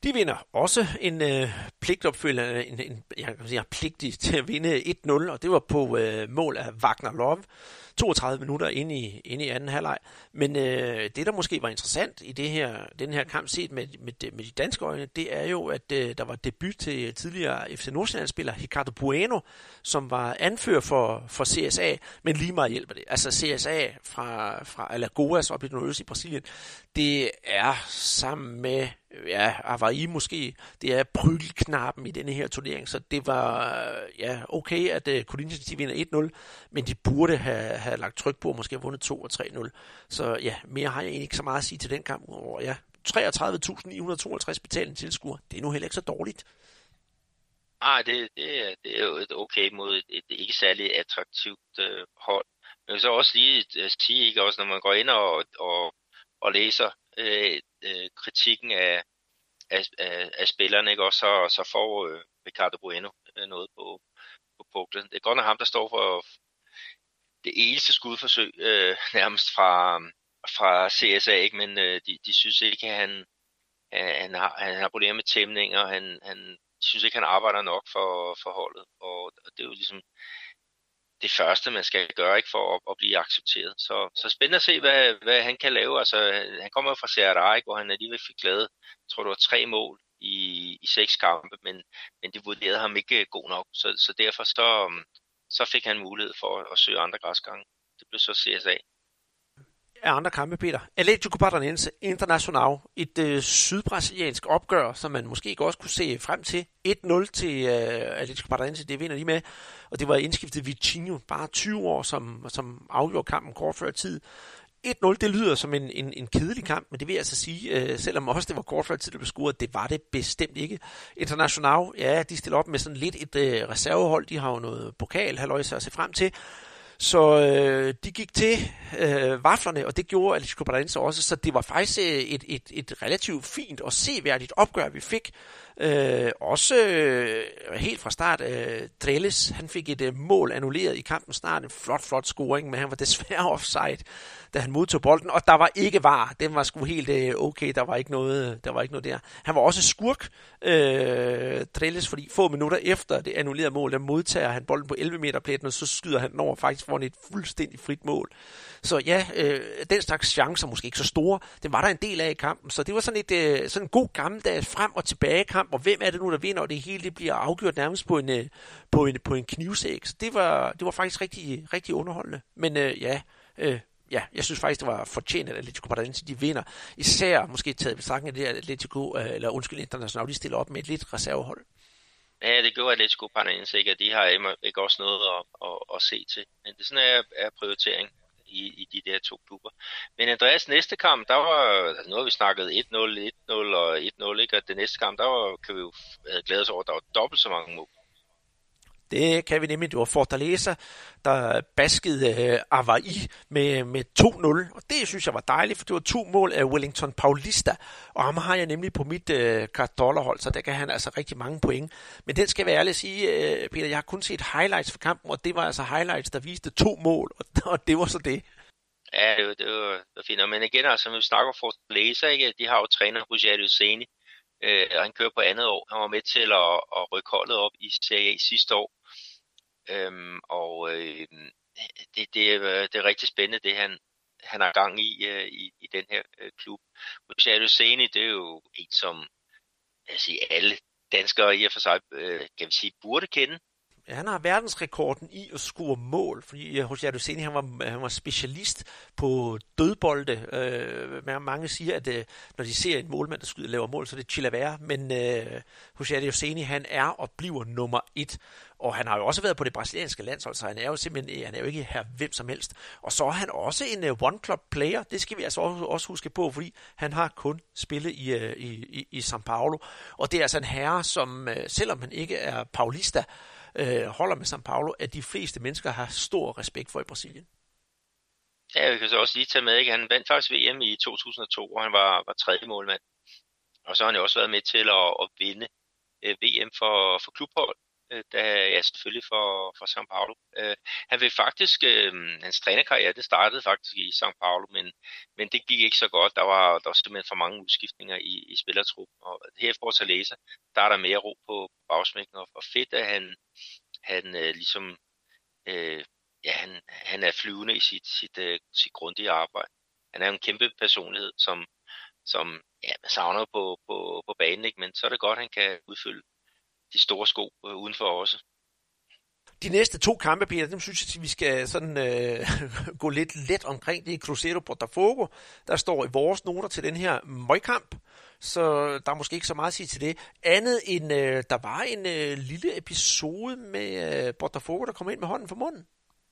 De vinder også en øh, pligtopfylder, en, en, jeg kan sige, pligtig til at vinde et nul, og det var på øh, mål af Wagner Love, toogtredive minutter inde i, inde i anden halvleg. Men øh, det, der måske var interessant i det her, den her kamp set med, med, med de danske øjne, det er jo, at øh, der var debut til tidligere F C Nordsjælland-spiller Ricardo Bueno, som var anfører for, for C S A, men lige meget hjælper det. Altså C S A fra, fra Alagoas op i den nordøstlige Brasilien, det er sammen med ja, Avaí måske, det er prygelknappen i denne her turnering, så det var ja, okay, at uh, Corinthians de vinder et nul, men de burde have, have lagt tryk på, og måske have vundet to og tre nul. Så ja, mere har jeg egentlig ikke så meget at sige til den kamp, hvor ja, treogtredive tusind ni hundrede og tooghalvtreds betalende tilskuere, det er nu heller ikke så dårligt. Nej, det, det, er, det er jo et okay mod et, et ikke særlig attraktivt øh, hold. Men så også lige sige, ikke også, når man går ind og, og, og læser øh, øh, kritikken af, af, af, af spillerne, ikke også, så, så får øh, Ricardo Bueno øh, noget på, på puklen. Det er godt nok ham, der står for det eneste skudforsøg øh, nærmest fra, fra C S A, ikke? Men øh, de, de synes ikke, at han, han, har, han har problemer med tæmninger, han, han synes ikke, han arbejder nok for, for holdet, og, og det er jo ligesom det første, man skal gøre, ikke, for at, at blive accepteret. Så, så spændende at se, hvad, hvad han kan lave. Altså, han kommer fra Ceará, hvor han alligevel fik lavet, jeg tror det var tre mål i, i seks kampe, men, men de vurderede ham ikke god nok. Så, så derfor så, så fik han mulighed for at, at søge andre græsgange. Det blev så C S A. Af andre kampe, Peter. Atlético Paranaense Internacional. Et øh, sydbrasiliansk opgør, som man måske også kunne se frem til. et nul til øh, Atlético Paranaense, det vinder de med. Og det var indskiftet Vitinho, bare tyve år, som, som afgjorde kampen kort før tid. et nul, det lyder som en, en, en kedelig kamp, men det vil jeg altså sige, øh, selvom også det var kort før tid, der blev scoret, det var det bestemt ikke. Internacional, ja, de stiller op med sådan lidt et øh, reservehold. De har jo noget pokal, halløjse at se frem til. Så øh, de gik til øh, vaflerne, og det gjorde Atlético Paranaense også, så det var faktisk et, et, et relativt fint og seværdigt opgør, vi fik. Øh, også øh, helt fra start, øh, Trelles, han fik et øh, mål annulleret i kampen snart, en flot, flot scoring, men han var desværre offside, da han modtog bolden, og der var ikke var, den var sgu helt øh, okay, der var ikke noget, der var ikke noget der. Han var også skurk, øh, Trelles, fordi få minutter efter det annullerede mål, der modtager han bolden på elleve meter pletten, og så skyder han den over faktisk foran et fuldstændig frit mål. Så ja, øh, den slags chancer, måske ikke så store, det var der en del af i kampen, så det var sådan, et, øh, sådan en god gammeldags frem- og tilbage kamp, og hvem er det nu, der vinder, og det hele det bliver afgjort nærmest på en, øh, på en, på en knivsæk. Så det var, det var faktisk rigtig, rigtig underholdende. Men øh, ja, øh, ja, jeg synes faktisk, det var fortjent, at Atlético Paranaense de vinder. Især måske taget betragtning af det, at Atlético, øh, eller undskyld, International, de stiller op med et lidt reservehold. Ja, det gjorde Atlético Paranaense ikke, og de har ikke også noget at, at, at se til. Men det sådan er, er prioritering i, i de der to klubber. Men Andreas, næste kamp, der var, altså nu har vi snakket et nul, et nul og et nul, ikke? Og det næste kamp, der var, kan vi jo glæde os over, at der var dobbelt så mange mål. Det kan vi nemlig. Det var Fortaleza, der baskede øh, Avaí med, med to nul. Og det synes jeg var dejligt, for det var to mål af Wellington Paulista. Og ham har jeg nemlig på mit øh, kartollerhold, så der kan han altså rigtig mange point. Men den skal være ærlig at sige, øh, Peter, jeg har kun set highlights for kampen, og det var altså highlights, der viste to mål, og, og det var så det. Ja, det var, det var, det var fint. Men igen, altså, når vi snakker for Fortaleza, ikke? De har jo træner Rogério Ceni, øh, og han kører på andet år. Han var med til at, at rykke holdet op i Serie A sidste år. Øhm, og øh, det, det, er, det er rigtig spændende, det han, han har gang i, øh, i, i den her øh, klub. Rogério Ceni, det er jo en, som jeg siger, alle danskere i og for sig, øh, kan vi sige, burde kende. Ja, han har verdensrekorden i at score mål, fordi Rogério Ceni, han var, han var specialist på dødbolde. Øh, mange siger, at øh, når de ser en målmand, der skyder laver mål, så er det Chilavert, men øh, Rogério Ceni, han er og bliver nummer et. Og han har jo også været på det brasilianske landshold, så han er jo simpelthen han er jo ikke her hvem som helst. Og så er han også en uh, one-club-player, det skal vi altså også huske på, fordi han har kun spillet i, uh, i, i, i São Paulo. Og det er altså en herre, som uh, selvom han ikke er paulista, uh, holder med São Paulo, at de fleste mennesker har stor respekt for i Brasilien. Ja, vi kan så også lige tage med, ikke? Han vandt faktisk V M i to tusind og to, og han var, var tredje målmand. Og så har han jo også været med til at, at vinde uh, V M for, for klubhold. øh, da, ja, selvfølgelig for, for São Paulo. Øh, han vil faktisk, øh, hans trænerkarriere, det startede faktisk i São Paulo, men, men det gik ikke så godt. Der var, der var simpelthen for mange udskiftninger i, i spillertruppen, og her i Fortaleza, der er der mere ro på bagsmækken, og, og fedt, at han, han øh, ligesom, øh, ja, han, han er flyvende i sit, sit, uh, sit grundige arbejde. Han er jo en kæmpe personlighed, som, som ja, man savner på, på, på banen, ikke? Men så er det godt, at han kan udfylde de store sko uh, udenfor også. De næste to kampe, Peter, dem synes jeg, at vi skal sådan, øh, gå lidt let omkring. Det er Cruzeiro Botafogo, der står i vores noter til den her møgkamp, så der er måske ikke så meget at sige til det. Andet end, øh, der var en øh, lille episode med øh, Botafogo, der kom ind med hånden for munden.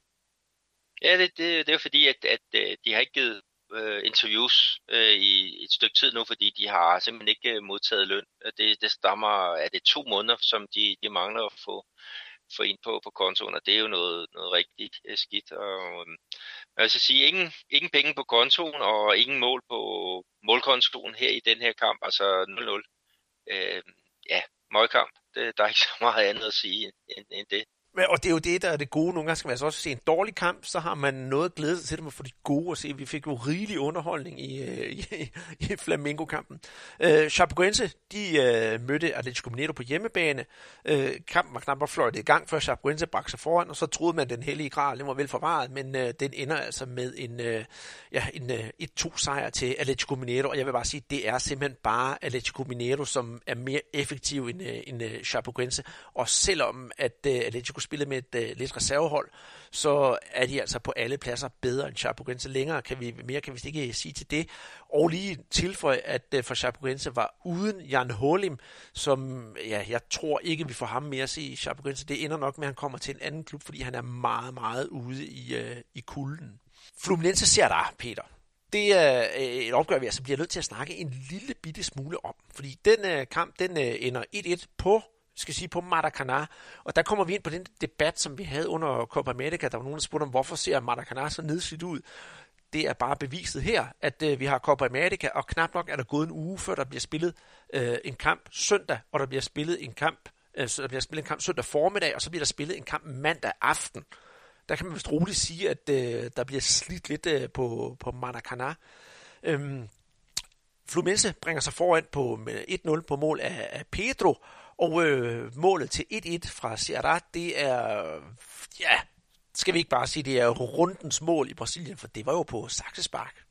Ja, det, det, det er jo fordi, at, at, at de har ikke givet øh, interviews øh, i et stykke tid nu, fordi de har simpelthen ikke modtaget løn. Det, det stammer, er det to måneder, som de, de mangler at få, få ind på, på kontoen, og det er jo noget, noget rigtig øh, skidt. Og, øh, jeg vil så sige, ingen, ingen penge på kontoen, og ingen mål på målkontoen her i den her kamp, altså nul nul. Øh, ja, møgkamp. Det, der er ikke så meget andet at sige end, end det. Og det er jo det, der er det gode. Nogle gange skal man altså også se en dårlig kamp, så har man noget at glæde sig til, at få de gode at se. Vi fik jo rigelig underholdning i, i, i Flamengo-kampen. Uh, Chapecoense, de uh, mødte Atlético Mineiro på hjemmebane. Uh, kampen var knap fløjtet i gang, før Chapecoense bragte sig foran, og så troede man, den hellige gral, den var vel forvaret, men uh, den ender altså med en, uh, ja, en uh, et to sejr til Atlético Mineiro, og jeg vil bare sige, det er simpelthen bare Atlético Mineiro, som er mere effektiv end, uh, end uh, Chapecoense, og selvom at uh, Atlético spillet med et uh, lidt reservehold, så er de altså på alle pladser bedre end Chapecoense. Længere kan vi, mere kan vi ikke sige til det. Og lige tilføje, at uh, for Chapecoense var uden Jan Holim, som, ja, jeg tror ikke, vi får ham mere at se i Chapecoense. Det ender nok med, at han kommer til en anden klub, fordi han er meget, meget ude i, uh, i kulden. Fluminense ser der, Peter. Det er uh, et opgør, vi altså bliver nødt til at snakke en lille bitte smule om, fordi den uh, kamp, den uh, ender et et på skal sige på Maracanã, og der kommer vi ind på den debat, som vi havde under Copa America. Der var nogen, der spurgte om, hvorfor ser Maracanã så nedslidt ud. Det er bare beviset her, at øh, vi har Copa America, og knap nok er der gået en uge, før der bliver spillet øh, en kamp søndag, og der bliver spillet en kamp, øh, der bliver spillet en kamp søndag formiddag, og så bliver der spillet en kamp mandag aften. Der kan man vist roligt sige, at øh, der bliver slidt lidt øh, på, på Maracanã. Øhm, Fluminense bringer sig foran på et nul på mål af, af Pedro, og øh, målet til et et fra Ceará, det er, ja, skal vi ikke bare sige, det er rundens mål i Brasilien, for det var jo på saksespark.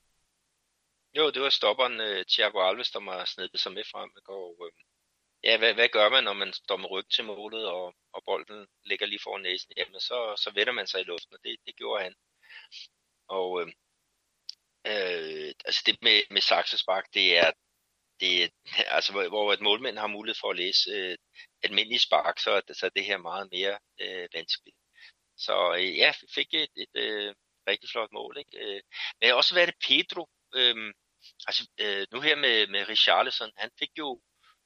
Jo, det var stopperen uh, Thiago Alves, der var snedet sig med frem. Og, uh, ja, hvad, hvad gør man, når man står med ryg til målet, og, og bolden ligger lige foran næsen? Jamen, så, så vender man sig i luften, og det, det gjorde han. Og uh, uh, altså det med, med saksespark, det er Det, altså, hvor, hvor et målmænd har mulighed for at læse øh, almindelig spark, så er det, så er det her meget mere øh, vanskeligt. Så øh, ja, vi fik et, et øh, rigtig flot mål. Ikke? Øh, men også været det Pedro. Øh, altså, øh, nu her med, med Richarlison, han fik jo,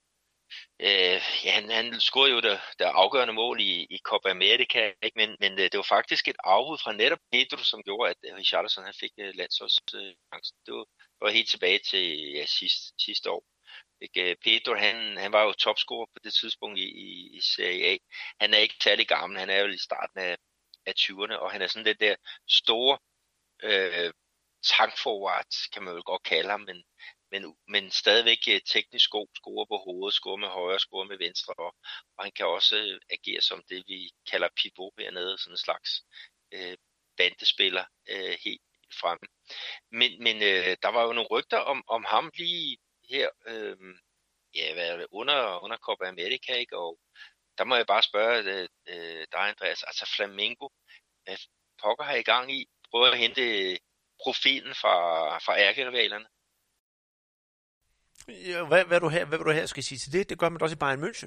øh, ja, han, han scorede jo det, det afgørende mål i, i Copa America, ikke? Men, men det var faktisk et afbud fra netop Pedro, som gjorde, at Richarlison han fik øh, landsholdschancen. Det var var helt tilbage til ja, sidste, sidste år. Ikke? Pedro, han, han var jo topscorer på det tidspunkt i, i, i Serie A. Han er ikke særlig gammel, han er jo i starten af, af tyverne, og han er sådan den der store øh, tankforward, kan man jo godt kalde ham, men, men, men stadigvæk teknisk god, scorer på hovedet, scorer med højre, scorer med venstre, og, og han kan også agere som det, vi kalder pivot hernede, sådan en slags øh, bandespiller øh, helt fremme. Men, men øh, der var jo nogle rygter om, om ham lige her øh, ja, hvad er det, under, under Copa America, ikke? Og der må jeg bare spørge øh, dig, Andreas, altså Flamengo, hvad pokker har I gang i? Prøver at hente profilen fra, fra ærkerivalerne? Ja, hvad, hvad, du her, hvad vil du her skal sige til det? Det gør man også i Bayern München.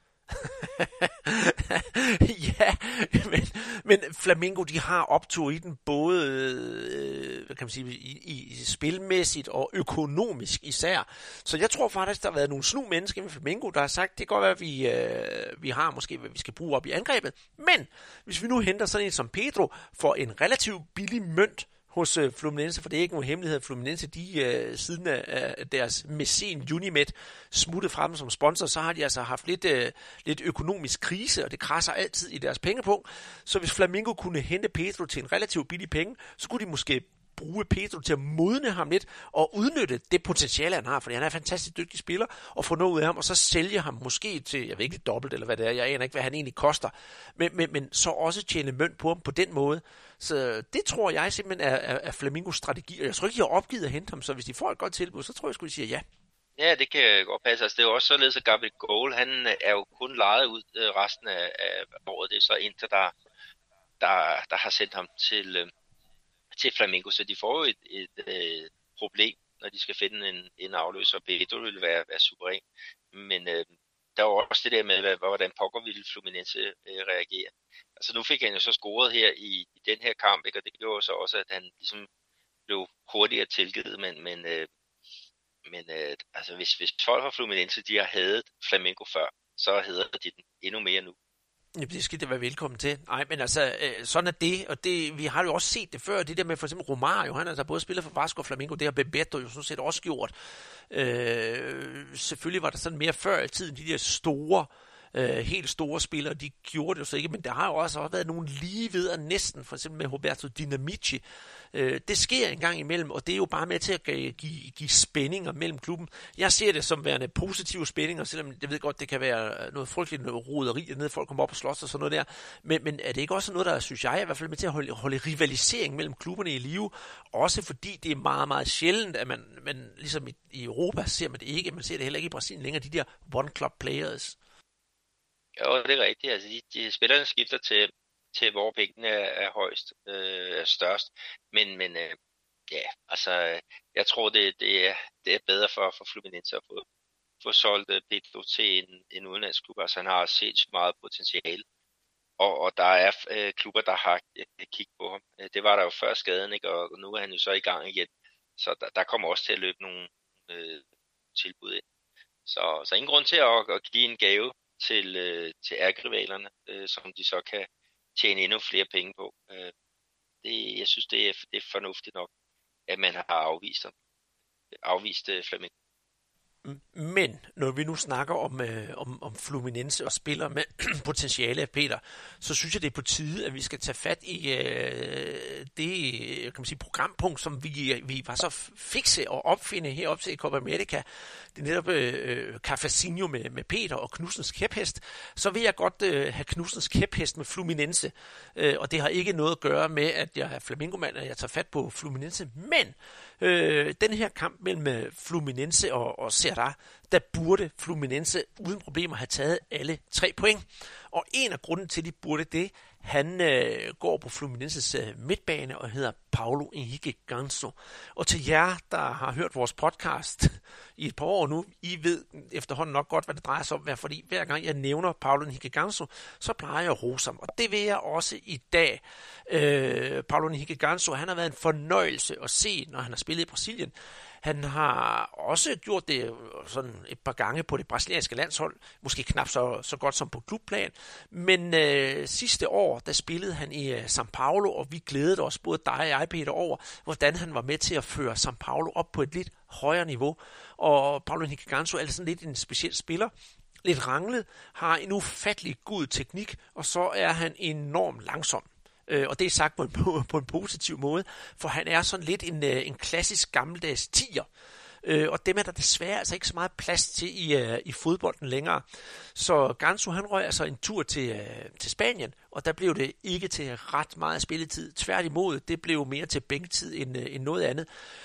Ja, men, men Flamengo, de har optur i den både øh, hvad kan man sige, i, i spilmæssigt og økonomisk især. Så jeg tror faktisk, der har været nogle snu mennesker med Flamengo, der har sagt, det kan godt være, at vi, øh, vi har måske, hvad vi skal bruge op i angrebet. Men hvis vi nu henter sådan en som Pedro for en relativt billig mønt hos øh, Fluminense, for det er ikke nogen hemmelighed. Fluminense, de øh, siden af, af deres mæcen Unimed smuttet fra dem som sponsor, så har de altså haft lidt, øh, lidt økonomisk krise, og det krasser altid i deres pengepunkt. Så hvis Flamengo kunne hente Pedro til en relativt billig penge, så kunne de måske bruge Pedro til at modne ham lidt og udnytte det potentiale, han har, fordi han er en fantastisk dygtig spiller, og få noget ud af ham, og så sælge ham måske til, jeg ved ikke, dobbelt eller hvad det er, jeg aner ikke, hvad han egentlig koster, men, men, men så også tjene mønt på ham på den måde. Så det tror jeg simpelthen er, er, er Flamingos strategi, og jeg tror ikke, de har opgivet at hente ham, så hvis de får et godt tilbud, så tror jeg, at de siger ja. Ja, det kan godt passe. Altså, det er jo også således, at Gabriel Goal, han er jo kun lejet ud resten af, af året. Det er så Inter, der, der, der har sendt ham til, til Flamengo, så de får jo et, et, et problem, når de skal finde en, en afløser. Pedro vil være, være suveræn. Men øh, der var også det der med, hvordan pokker ville Fluminense øh, reagere. Altså nu fik han jo så scoret her i, i den her kamp, ikke? Og det gjorde så også, at han ligesom blev hurtigere tilgivet, men, men øh, Men øh, altså, hvis, hvis folk fra Fluminense, de har hadet Flamengo før, så hedder de den endnu mere nu. Ja, det skal det være velkommen til. Nej, men altså, øh, sådan er det, og det, vi har jo også set det før, det der med for eksempel Romario, han har altså både spillet for Vasco og Flamengo, det har Bebeto jo sådan set også gjort. Øh, selvfølgelig var der sådan mere før i tiden, de der store, øh, helt store spillere, de gjorde det jo så ikke, men der har jo også været nogle lige ved og næsten, for eksempel med Roberto Dinamici. Øh, det sker en gang imellem, og det er jo bare med til at give, give, give spændinger mellem klubben. Jeg ser det som værende positive spændinger, selvom jeg ved godt, det kan være noget frygteligt noget roderi, nede folk kommer op og slås og sådan noget der. Men, men er det ikke også noget, der synes jeg, i hvert fald med til at holde, holde rivalisering mellem klubberne i live? Også fordi det er meget, meget sjældent, at man, man ligesom i, i Europa ser man det ikke, man ser det heller ikke i Brasilien længere, de der one-club players. Jo, det er rigtigt. Altså, de, de spillerne skifter til til hvor pengene er, er højst, øh, er størst. Men, men øh, ja, altså, jeg tror, det, det, er, det er bedre for, for Fluminense at få, få solgt uh, Pedro til en, en udenlandsk klub. Altså, han har sindssygt meget potentiale. Og, og der er øh, klubber, der har øh, kigget på ham. Det var der jo før skaden, ikke? Og nu er han jo så i gang igen. Så der, der kommer også til at løbe nogle øh, tilbud ind. Så, så ingen grund til at, at give en gave til, øh, til ærkerivalerne, øh, som de så kan tjene endnu flere penge på. Øh, det, jeg synes, det er, det er fornuftigt nok, at man har afvist, afvist uh, Flamengo. Men når vi nu snakker om, øh, om, om Fluminense og spiller med potentiale af Peter, så synes jeg, det er på tide, at vi skal tage fat i øh, det kan man sige, programpunkt, som vi, vi var så fikse og opfinde herop til i Copa America. Det er netop øh, Cafezinho med, med Peter og Knudsens kæphest. Så vil jeg godt øh, have Knudsens kæphest med Fluminense. Øh, og det har ikke noget at gøre med, at jeg er Flamengo-mand, og jeg tager fat på Fluminense. Men øh, den her kamp mellem Fluminense og, og Serra, der burde Fluminense uden problemer have taget alle tre point. Og en af grunden til, at de burde det, han øh, går på Fluminenses øh, midtbane og hedder Paulo Henrique Ganso. Og til jer, der har hørt vores podcast i et par år nu, I ved efterhånden nok godt, hvad det drejer sig om, fordi hver gang jeg nævner Paulo Henrique Ganso, så plejer jeg at rose ham. Og det vil jeg også i dag. Øh, Paulo Henrique Ganso, han har været en fornøjelse at se, når han har spillet i Brasilien. Han har også gjort det sådan et par gange på det brasilianske landshold, måske knap så, så godt som på klubplan, men øh, sidste år, der spillede han i øh, São Paulo, og vi glædede os både dig og jeg, Peter, over, hvordan han var med til at føre São Paulo op på et lidt højere niveau, og Paulo Henrique Ganso er sådan lidt en speciel spiller, lidt ranglet, har en ufattelig god teknik, og så er han enormt langsom. Og det er sagt på en, på, på en positiv måde, for han er sådan lidt en, en klassisk gammeldags tier. Og dem er der desværre altså ikke så meget plads til i, i fodbolden længere. Så Ganso, han røg altså en tur til, til Spanien, og der blev det ikke til ret meget spilletid. Tværtimod, det blev mere til bænktid end, end noget andet.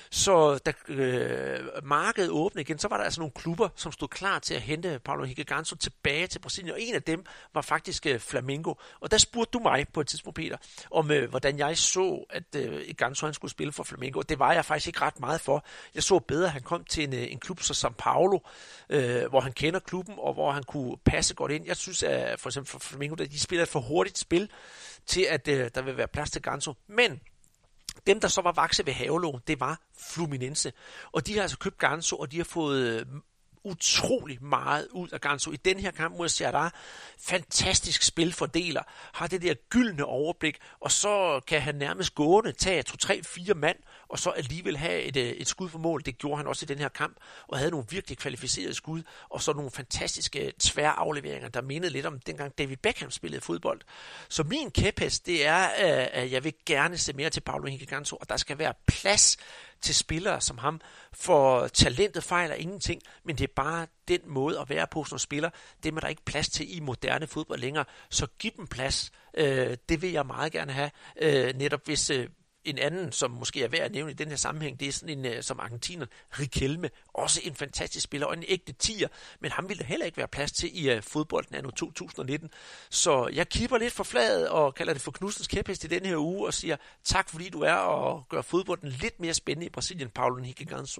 Så da øh, markedet åbnede igen, så var der altså nogle klubber, som stod klar til at hente Paulo Henrique Ganso tilbage til Brasilien, og en af dem var faktisk øh, Flamengo. Og der spurgte du mig på et tidspunkt, Peter, om øh, hvordan jeg så, at øh, Ganso han skulle spille for Flamengo. Det var jeg faktisk ikke ret meget for. Jeg så bedre, at han kom til en, en klub som São Paulo, øh, hvor han kender klubben, og hvor han kunne passe godt ind. Jeg synes, at for eksempel for Flamengo, de spiller et for hurtigt spil til, at øh, der vil være plads til Ganso. Men dem, der så var vakse ved havelån, det var Fluminense. Og de har altså købt Ganso, og de har fået utrolig meget ud af Ganso. I den her kamp mod Serdar, fantastisk spilfordeler, har det der gyldne overblik, og så kan han nærmest gående tage to, tre, fire mand, og så alligevel have et, et skud for mål. Det gjorde han også i den her kamp, og havde nogle virkelig kvalificerede skud, og så nogle fantastiske tværafleveringer, der mindede lidt om dengang David Beckham spillede fodbold. Så min kæphest, det er, at jeg vil gerne se mere til Paulo Henrique Ganso, og der skal være plads til spillere som ham, for talentet fejler ingenting, men det er bare den måde at være på som spiller, det er der ikke plads til i moderne fodbold længere, så giv dem plads. Øh, det vil jeg meget gerne have, øh, netop hvis øh, en anden, som måske er værd at nævne i den her sammenhæng, det er sådan en som argentiner, Riquelme, også en fantastisk spiller og en ægte tier, men ham ville der heller ikke være plads til i uh, fodbolden anno to tusind nitten. Så jeg kipper lidt for fladet og kalder det for Knudsens kæphest i den her uge og siger tak fordi du er og gør fodbolden lidt mere spændende i Brasilien, Paulo Henrique Ganso.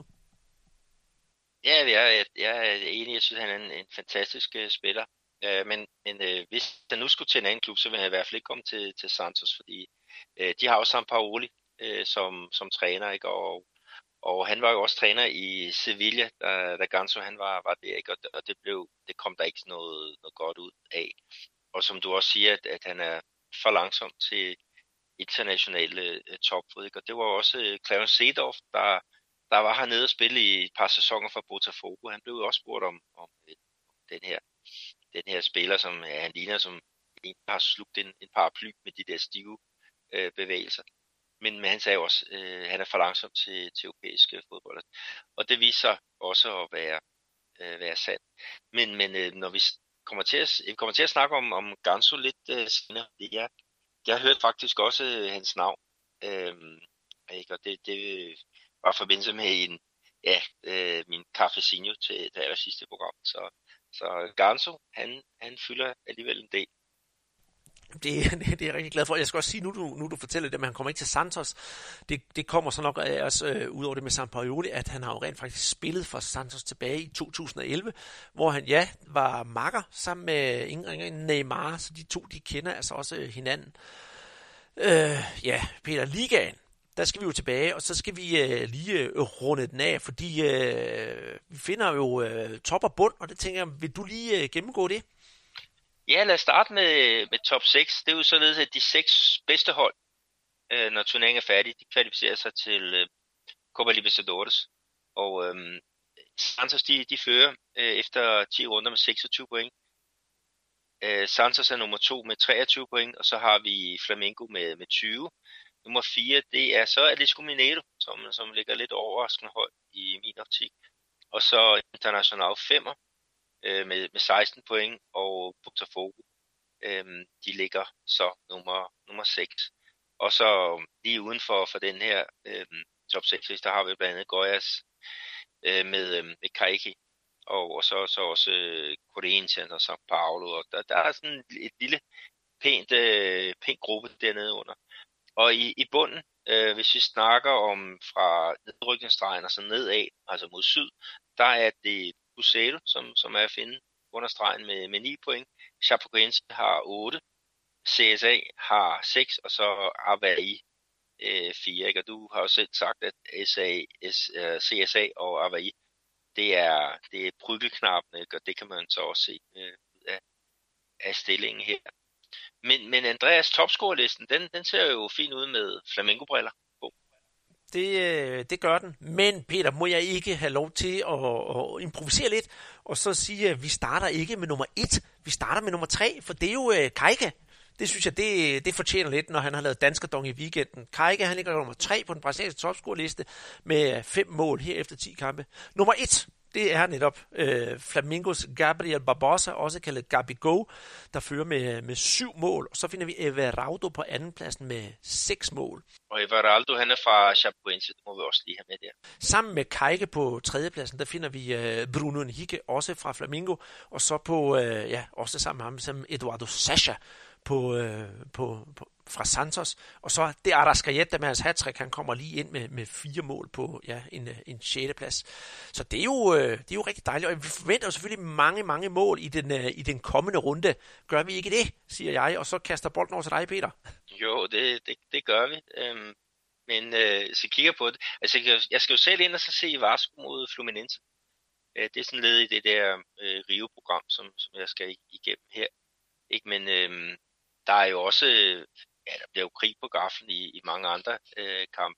Ja, jeg, jeg, jeg er enig. Jeg synes, han er en, en fantastisk uh, spiller. Uh, men men uh, hvis han nu skulle til en anden klub, så vil han i hvert fald ikke komme til, til Santos, fordi uh, de har jo Sampaoli uh, som, som træner, ikke? Og, og han var jo også træner i Sevilla, da, da Ganso han var, var der, ikke? Og, og det, blev, det kom der ikke noget, noget godt ud af. Og som du også siger, at, at han er for langsom til internationale uh, topfod, ikke? Og det var også uh, Clarence Seedorf, der der var hernede og spille i et par sæsoner for Botafogo. Han blev jo også spurgt om, om den her, den her spiller, som ja, han ligner, som en har slugt en, en paraply med de der stive øh, bevægelser. Men, men han sagde også, at øh, han er for langsom til, til europæiske fodbold. Og det viser sig også at være, øh, være sandt. Men, men øh, når vi kommer til at, vi kommer til at snakke om, om Ganso lidt øh, senere, jeg, jeg hørte faktisk også øh, hans navn. Øh, ikke? Og det, det var i forbindelse med en, ja, øh, min cafezinho til det aller sidste program. Så, så Ganso, han, han fylder alligevel en del. Det, det, det er jeg rigtig glad for. Jeg skal også sige, nu du, nu du fortæller det, at han kommer ikke til Santos. Det, det kommer så nok af os, øh, ud over det med Sampaoli, at han har jo rent faktisk spillet for Santos tilbage i to tusind og elleve, hvor han, ja, var makker sammen med ingen ringer end Neymar, så de to, de kender altså også hinanden. Øh, ja, Peter, ligaen. Der skal vi jo tilbage, og så skal vi øh, lige øh, runde den af, fordi øh, vi finder jo øh, top og bund, og det tænker jeg, vil du lige øh, gennemgå det? Ja, lad os starte med, med top seks. Det er jo således, at de seks bedste hold, øh, når turneringen er færdig, de kvalificerer sig til øh, Copa Libertadores. Og øh, Santos, de, de fører øh, efter ti runder med seksogtyve point. Øh, Santos er nummer to med treogtyve point, og så har vi Flamengo med, med tyve. Nummer fire, det er så Atlético Mineiro, som, som ligger lidt overraskende højt i min optik. Og så Internacional femmer øh, med, med seksten point, og Botafogo, øh, de ligger så nummer, nummer seks. Og så lige uden for, for den her øh, top seks, der har vi blandt andet Goiás øh, med, øh, med Caike, og, og så, så også øh, Corinthians og São Paulo. Og der, der er sådan et lille pænt, øh, pænt gruppe dernede under. Og i, i bunden, øh, hvis vi snakker om fra nedrykningsstregen og så nedad, altså mod syd, der er det Cruzeiro, som, som er at finde under stregen med, med ni point. Chapecoense har otte, C S A har seks, og så Avaí øh, fire. Ikke? Og du har jo selv sagt, at S A, S, uh, C S A og Avaí, det er, det er bryggelknappen, ikke? Og det kan man så også se øh, af, af stillingen her. Men, men Andreas topscorelisten, den, den ser jo fint ud med Flamengo-briller på. Det, det gør den. Men Peter, må jeg ikke have lov til at, at improvisere lidt, og så sige, at vi starter ikke med nummer et, vi starter med nummer tre, for det er jo uh, Caike. Det synes jeg, det, det fortjener lidt, når han har lavet danskerdong i weekenden. Caike, han ligger nummer tre på den brasilianske topscoreliste med fem mål her efter ti kampe. Nummer et, det er netop øh, Flamingos Gabriel Barbosa, også kaldet Gabigol, der fører med, med syv mål. Og så finder vi Everaldo på andenpladsen med seks mål. Og Everaldo, han er fra Chapecoense, det må vi også lige have med der. Sammen med Caike på tredjepladsen, der finder vi øh, Bruno Henrique, også fra Flamengo. Og så på, øh, ja, også sammen med ham, som Eduardo Sacha på, øh, på, på, fra Santos. Og så det er Arrascaeta med hans hattrick, han kommer lige ind med, med fire mål på ja, en, en sjette plads. Så det er, jo, øh, det er jo rigtig dejligt, og vi forventer jo selvfølgelig mange, mange mål i den, øh, i den kommende runde. Gør vi ikke det, siger jeg, og så kaster bolden over til dig, Peter. Jo, det, det, det gør vi. Øhm, men øh, så kigger på det. Altså, jeg skal jo selv ind og så se Vasco mod Fluminense. Øh, det er sådan led i det der øh, Rio-program, som, som jeg skal igennem her. Ikke? Men øh, der er jo også, ja, der bliver jo krig på gaflen i, i mange andre øh, kampe.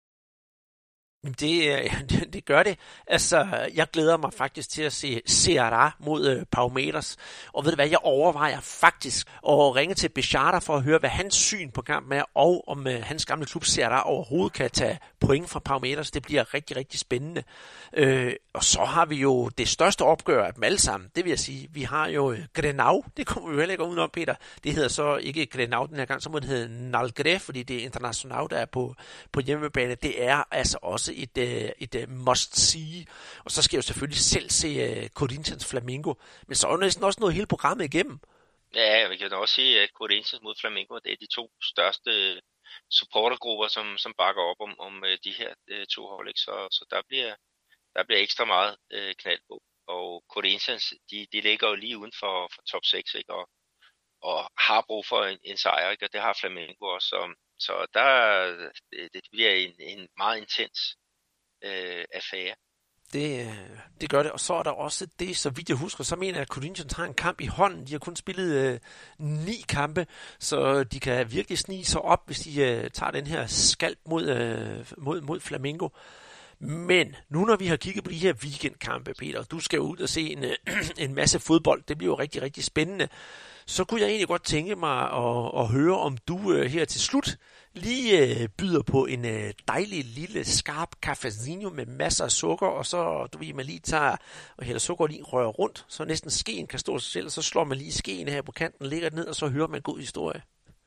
Det, det, det gør det. Altså, jeg glæder mig faktisk til at se Ceará mod øh, Palmeiras. Og ved du hvad, jeg overvejer faktisk at ringe til Bechata for at høre, hvad hans syn på kampen er, og om øh, hans gamle klub Ceará overhovedet kan tage point fra Palmeiras. Det bliver rigtig, rigtig spændende. Øh, og så har vi jo det største opgør af dem alle sammen. Det vil jeg sige. Vi har jo øh, Grenau. Det kommer vi jo heller ikke udenom, Peter. Det hedder så ikke Grenau den her gang, så må det hedde Nalgré, fordi det er Internacional, der er på, på hjemmebane. Det er altså også et, et, et must-see. Og så skal jeg jo selvfølgelig selv se uh, Corinthians Flamengo. Men så er der næsten også noget hele programmet igennem. Ja, vi kan også sige, at Corinthians mod Flamengo, det er de to største supportergrupper, som, som bakker op om, om de her uh, to hold. Ikke? Så, så der bliver, der bliver ekstra meget uh, knald på. Og Corinthians, de, de ligger jo lige uden for, for top seks, ikke? Og, og har brug for en, en sejr, ikke? Og det har Flamengo også. Så, så der, det, det bliver en, en meget intens øh, affære. Det, det gør det, og så er der også det, så vidt jeg husker, så mener jeg, at Corinthians har en kamp i hånden. De har kun spillet øh, ni kampe, så de kan virkelig snige sig op, hvis de øh, tager den her skalp mod, øh, mod, mod Flamengo. Men nu når vi har kigget på de her weekendkampe, Peter, du skal ud og se en, øh, en masse fodbold, det bliver jo rigtig, rigtig spændende. Så kunne jeg egentlig godt tænke mig at, at høre, om du øh, her til slut lige øh, byder på en øh, dejlig lille skarp cafezinho med masser af sukker, og så du ved, man lige tager og hælder sukker lige rører rundt, så næsten skeen kan stå sig selv, og så slår man lige skeen her på kanten, lægger det ned, og så hører man en god historie.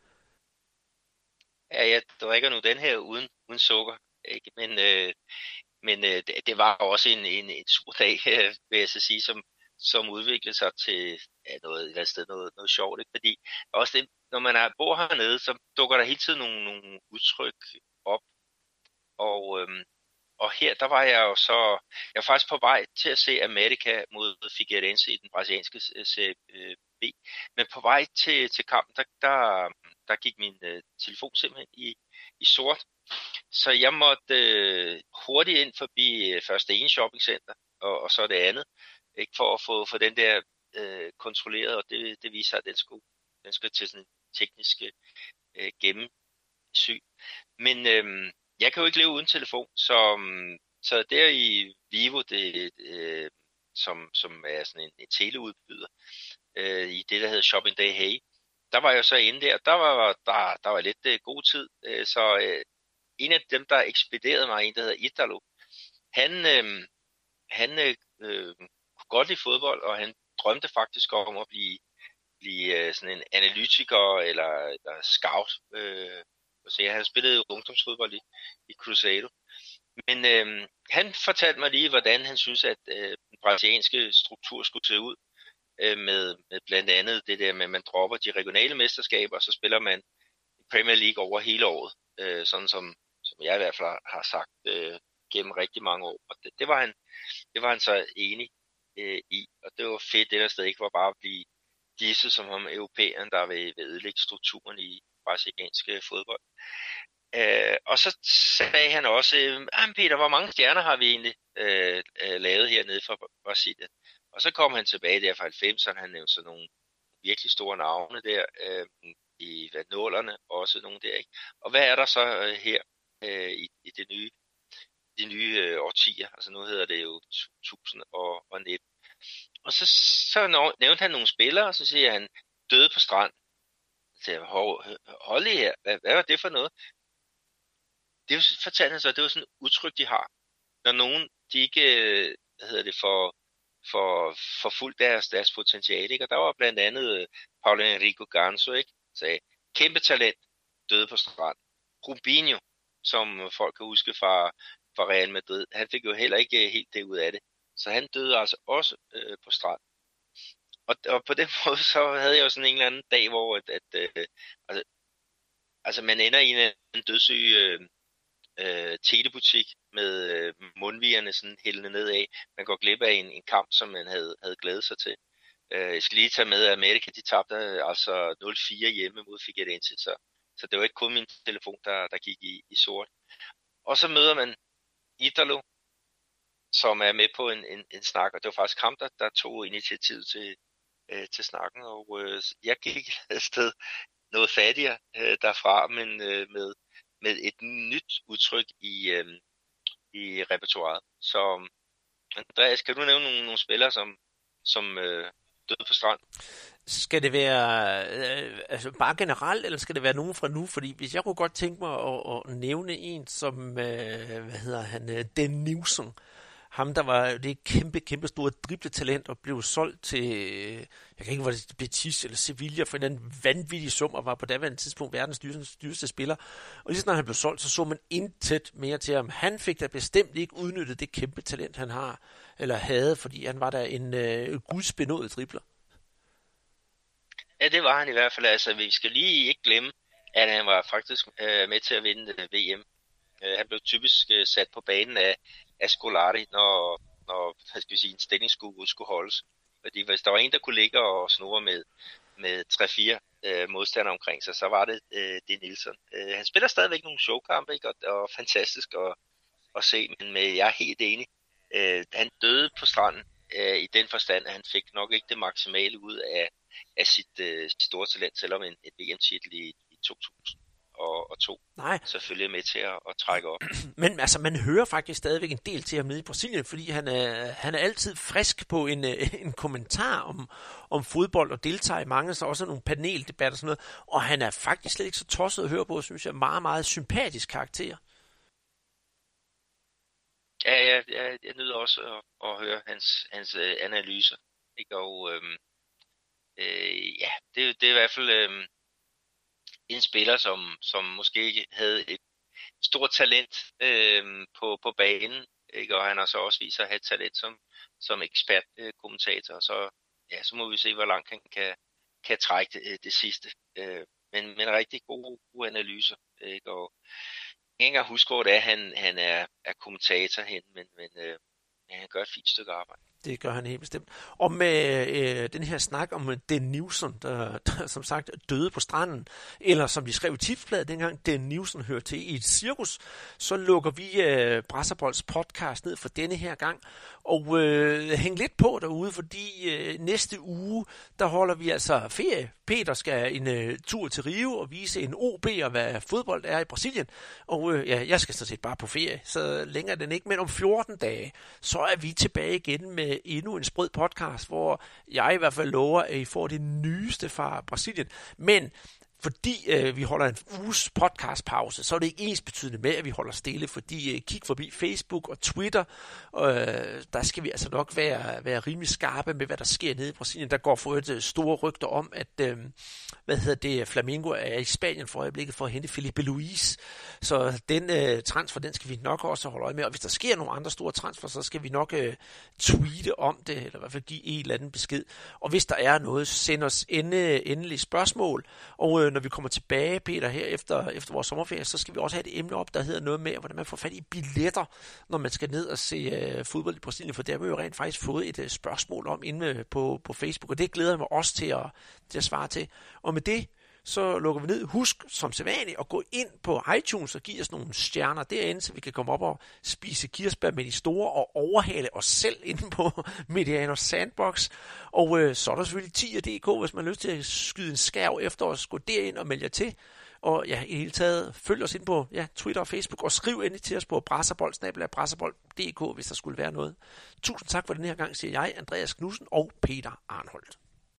Ja, jeg drikker nu den her uden, uden sukker, ikke? Men, øh, men øh, det, det var også en, en, en sur dag, øh, vil jeg så sige, som som udviklede sig til ja, noget, et eller andet sted, noget, noget sjovt, ikke? Fordi også det, når man er, bor hernede, så dukker der hele tiden nogle, nogle udtryk op, og, øhm, og her, der var jeg jo så, jeg var faktisk på vej til at se América mod Figueirense i den brasilianske Serie B, men på vej til, til kampen, der, der, der gik min øh, telefon simpelthen i, i sort, så jeg måtte øh, hurtigt ind forbi øh, først det ene shoppingcenter, og, og så det andet, ikke, for at få for den der øh, kontrolleret, og det, det viser, at den skulle, den skulle til sådan en teknisk øh, gennemsyn. Men øh, jeg kan jo ikke leve uden telefon, så, så der i Vivo, det, øh, som, som er sådan en, en teleudbyder, øh, i det, der hedder Shopping Day Hey, der var jeg så inde der, der var, der, der var lidt øh, god tid, øh, så øh, en af dem, der ekspederede mig, en der hedder Italo, han, øh, han øh, godt lide fodbold, og han drømte faktisk om at blive, blive uh, sådan en analytiker eller, eller scout. Uh, så han spillede ungdomsfodbold i, i Cruzeiro. Men uh, han fortalte mig lige, hvordan han synes, at uh, den brasilianske struktur skulle se ud, uh, med, med blandt andet det der med, at man dropper de regionale mesterskaber, og så spiller man Premier League over hele året, uh, sådan som, som jeg i hvert fald har sagt uh, gennem rigtig mange år. Og det, det, var han, det var han så enig i, og det var fedt, det der sted ikke var bare at blive disset som om europæerne, der vil, vil ødelægge strukturen i brasilianske fodbold. Øh, og så sagde han også, ah, Peter, hvor mange stjerner har vi egentlig øh, lavet hernede fra Brasilien? Og så kom han tilbage der fra halvfemserne, han nævnte så nogle virkelig store navne der, øh, i nullerne, også nogle der, ikke? Og hvad er der så øh, her øh, i, i det nye de nye øh, årtier, altså nu hedder det jo to tusind og nitten. Og så, så nævnte han nogle spillere, og så siger han, døde på strand. Så jeg, hold lige her, hvad, hvad var det for noget? Det fortalte han så, det var sådan et udtryk, de har. Når nogen, de ikke, hvad hedder det, for, for, for fuldt deres, deres potentiale, ikke? Og der var blandt andet Paulo Henrique Ganso, ikke? Sagde, kæmpe talent, døde på strand. Rubinho, som folk kan huske fra fra Real Madrid. Han fik jo heller ikke helt det ud af det. Så han døde altså også øh, på strand. Og, og på den måde, så havde jeg jo sådan en eller anden dag, hvor at, at, øh, altså, altså man ender i en, en dødssyg øh, øh, telebutik med øh, mundvigerne sådan hældende nedad. Man går glip af en, en kamp, som man havde, havde glædet sig til. Øh, jeg skal lige tage med, at América, de tabte altså nul fire hjemme mod Figueirense, så, så det var ikke kun min telefon, der, der gik i, i sort. Og så møder man Italo, som er med på en, en, en snak, og det var faktisk ham, der, der tog initiativet til, øh, til snakken, og øh, jeg gik afsted noget fattigere øh, derfra, men øh, med, med et nyt udtryk i, øh, i repertoiret. Så Andreas, kan du nævne nogle, nogle spillere, som, som øh, døde på stranden? Skal det være øh, altså bare generelt, eller skal det være nogen fra nu? Fordi hvis jeg kunne godt tænke mig at, at nævne en, som, øh, hvad hedder han, øh, Dan Newson, ham, der var det kæmpe, kæmpe store dribletalent og blev solgt til, jeg kan ikke, var det Betis eller Sevilla, for en vanvittig sum, og var på daværende tidspunkt verdens dyreste, dyreste spiller. Og lige snart han blev solgt, så så man intet mere til ham. Han fik da bestemt ikke udnyttet det kæmpe talent, han har, eller havde, fordi han var der en øh, gudsbenådet dribler. Ja, det var han i hvert fald. Altså, vi skal lige ikke glemme, at han var faktisk øh, med til at vinde V M. Øh, han blev typisk øh, sat på banen af af Scolari, når, når hvad skal vi sige, en stilling skulle, skulle holdes. Fordi hvis der var en, der kunne ligge og snurre med, med tre fire øh, modstandere omkring sig, så var det øh, det Nielsen. Øh, han spiller stadigvæk nogle showkampe, ikke? Og, og fantastisk at, at se, men med, jeg er helt enig. Øh, han døde på stranden øh, i den forstand, at han fik nok ikke det maksimale ud af, af sit, øh, sit store talent, selvom en, et V M-titel i, i to tusind og to Nej. selvfølgelig er med til at, at trække op. Men altså, man hører faktisk stadigvæk en del til ham nede i Brasilien, fordi han er, han er altid frisk på en, en kommentar om, om fodbold og deltager i mange, så også nogle paneldebatter og sådan noget. Og han er faktisk slet ikke så tosset at høre på, synes jeg, meget, meget sympatisk karakter. Ja, jeg, jeg, jeg nyder også at, at høre hans, hans øh, analyser. Ikke? Og øhm, øh, ja, det, det er i hvert fald øhm, en spiller, som, som måske ikke havde et stort talent øhm, på, på banen. Ikke? Og han har så også vist sig at have et talent som, som ekspertkommentator. Øh, så, ja, så må vi se, hvor langt han kan, kan trække det, det sidste. Øh, men, men rigtig gode, gode analyser. Ikke? Og jeg kan ikke engang huske, hvor det er, han, han er, er kommentator hen, men, men øh, ja, han gør et fint stykke arbejde. Det gør han helt bestemt. Og med øh, den her snak om Dan Newson, der, der som sagt døde på stranden, eller som de skrev i tipsbladet dengang, Dan Newson hører til i et cirkus, så lukker vi øh, Brasserbolds podcast ned for denne her gang, og øh, hæng lidt på derude, fordi øh, næste uge, der holder vi altså ferie. Peter skal en øh, tur til Rio og vise en O B og hvad fodbold er i Brasilien, og øh, ja, jeg skal så set bare på ferie, så længere er den ikke, men om fjorten dage, så er vi tilbage igen med endnu en sprød podcast, hvor jeg i hvert fald lover, at I får det nyeste fra Brasilien. Men fordi øh, vi holder en uges podcastpause, så er det ikke ens betydende med, at vi holder stille, fordi øh, kig forbi Facebook og Twitter, øh, der skal vi altså nok være, være rimelig skarpe med, hvad der sker nede i Brasilien. Der går for et store rygter om, at øh, hvad hedder det, Flamengo er i Spanien for øjeblikket for at hente Felipe Luis. Så den øh, transfer, den skal vi nok også holde øje med. Og hvis der sker nogle andre store transfer, så skal vi nok øh, tweete om det, eller i hvert fald give en eller anden besked. Og hvis der er noget, så send os ende, endelig spørgsmål. Og øh, når vi kommer tilbage, Peter, her efter, efter vores sommerferie, så skal vi også have et emne op, der hedder noget med, hvordan man får fat i billetter, når man skal ned og se uh, fodbold i Brasilien, for der har vi jo rent faktisk fået et uh, spørgsmål om inde på, på Facebook, og det glæder jeg mig også til at, til at svare til. Og med det, så lukker vi ned. Husk som sædvanligt at gå ind på iTunes og give os nogle stjerner derinde, så vi kan komme op og spise kirsebær med de store og overhale os selv inde på Medianos Sandbox. Og øh, så er der selvfølgelig tier punktum d k, hvis man har lyst til at skyde en skærv efter os. Gå derind og meld jer til. Og ja, i hele taget, følg os ind på ja, Twitter og Facebook, og skriv endelig til os på brasserbold snabel-a brasserbold punktum d k, hvis der skulle være noget. Tusind tak for den her gang, siger jeg, Andreas Knudsen og Peter Arnholdt.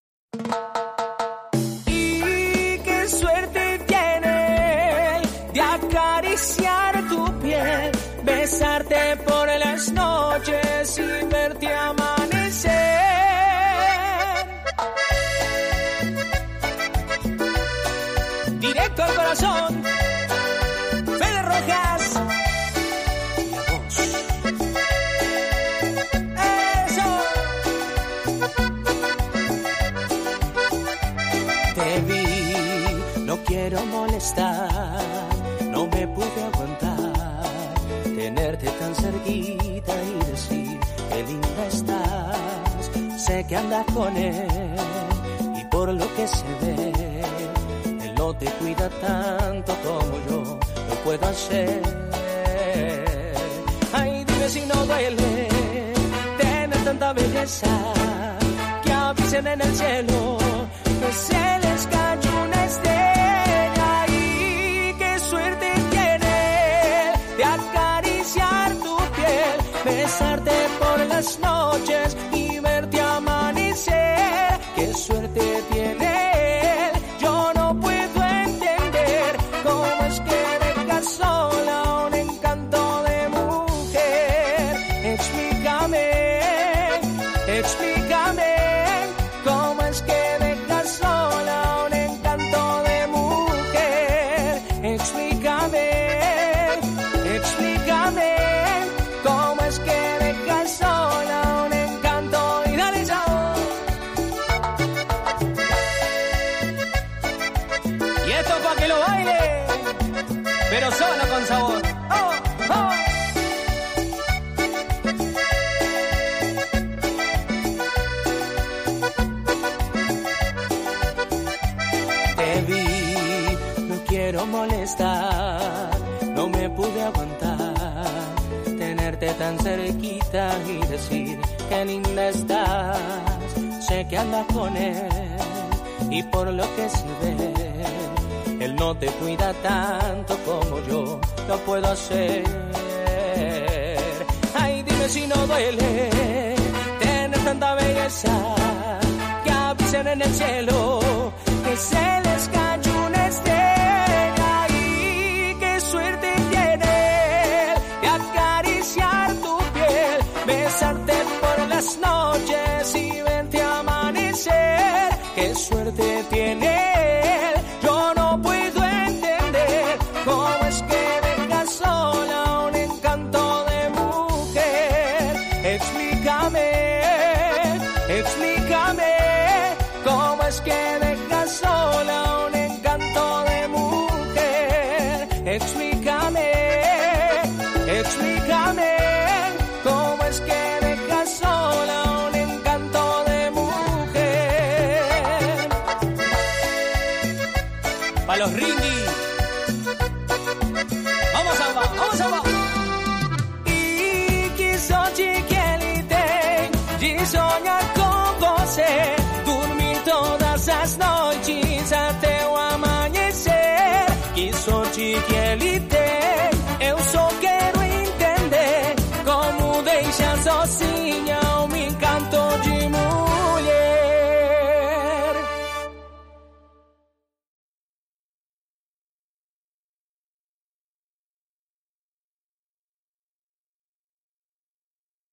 Suerte tienes de acariciar tu piel, besarte por las noches y verte amanecer. Directo al corazón, Fede Rojas. Eso. Te vi. No quiero molestar, no me pude aguantar, tenerte tan cerquita y decir que linda estás. Sé que andas con él y por lo que se ve, él no te cuida tanto como yo lo puedo hacer. Ay, dime si no duele belleza que avisen en el cielo que se les cayó una estrella y qué suerte tiene de acariciar tu piel, besarte por las noches y verte amanecer. Qué suerte tiene él, yo no puedo entender cómo es que deja sola un encanto de mujer. Explícame, explícame cómo es que deja sola un encanto de mujer. Explícame, explícame cómo es que deja sola un encanto. Y dale chao. Y esto pa' que lo baile, pero solo con sabor. Oh, oh. Te vi, no quiero molestar, no me pude aguantar, tenerte tan cerquita y decir que linda estás. Sé que andas con él y por lo que se ve, él no te cuida tanto como yo lo puedo hacer. Ay, dime si no duele tener tanta belleza que avisen en el cielo que se les cayó una estrella y qué suerte tiene de acariciar tu piel, besarte por las noches y verte amanecer. Qué suerte tiene él, yo no puedo entender cómo es que deja sola un encanto de mujer. Explícame, explícame cómo es que deja sola un encanto de mujer. Explícame, explícame cómo es que deja sola un encanto de mujer. Pa' los ringis, vamos a va, vamos a va. E que sorte que ele tem de sonhar com você, dormir todas as noites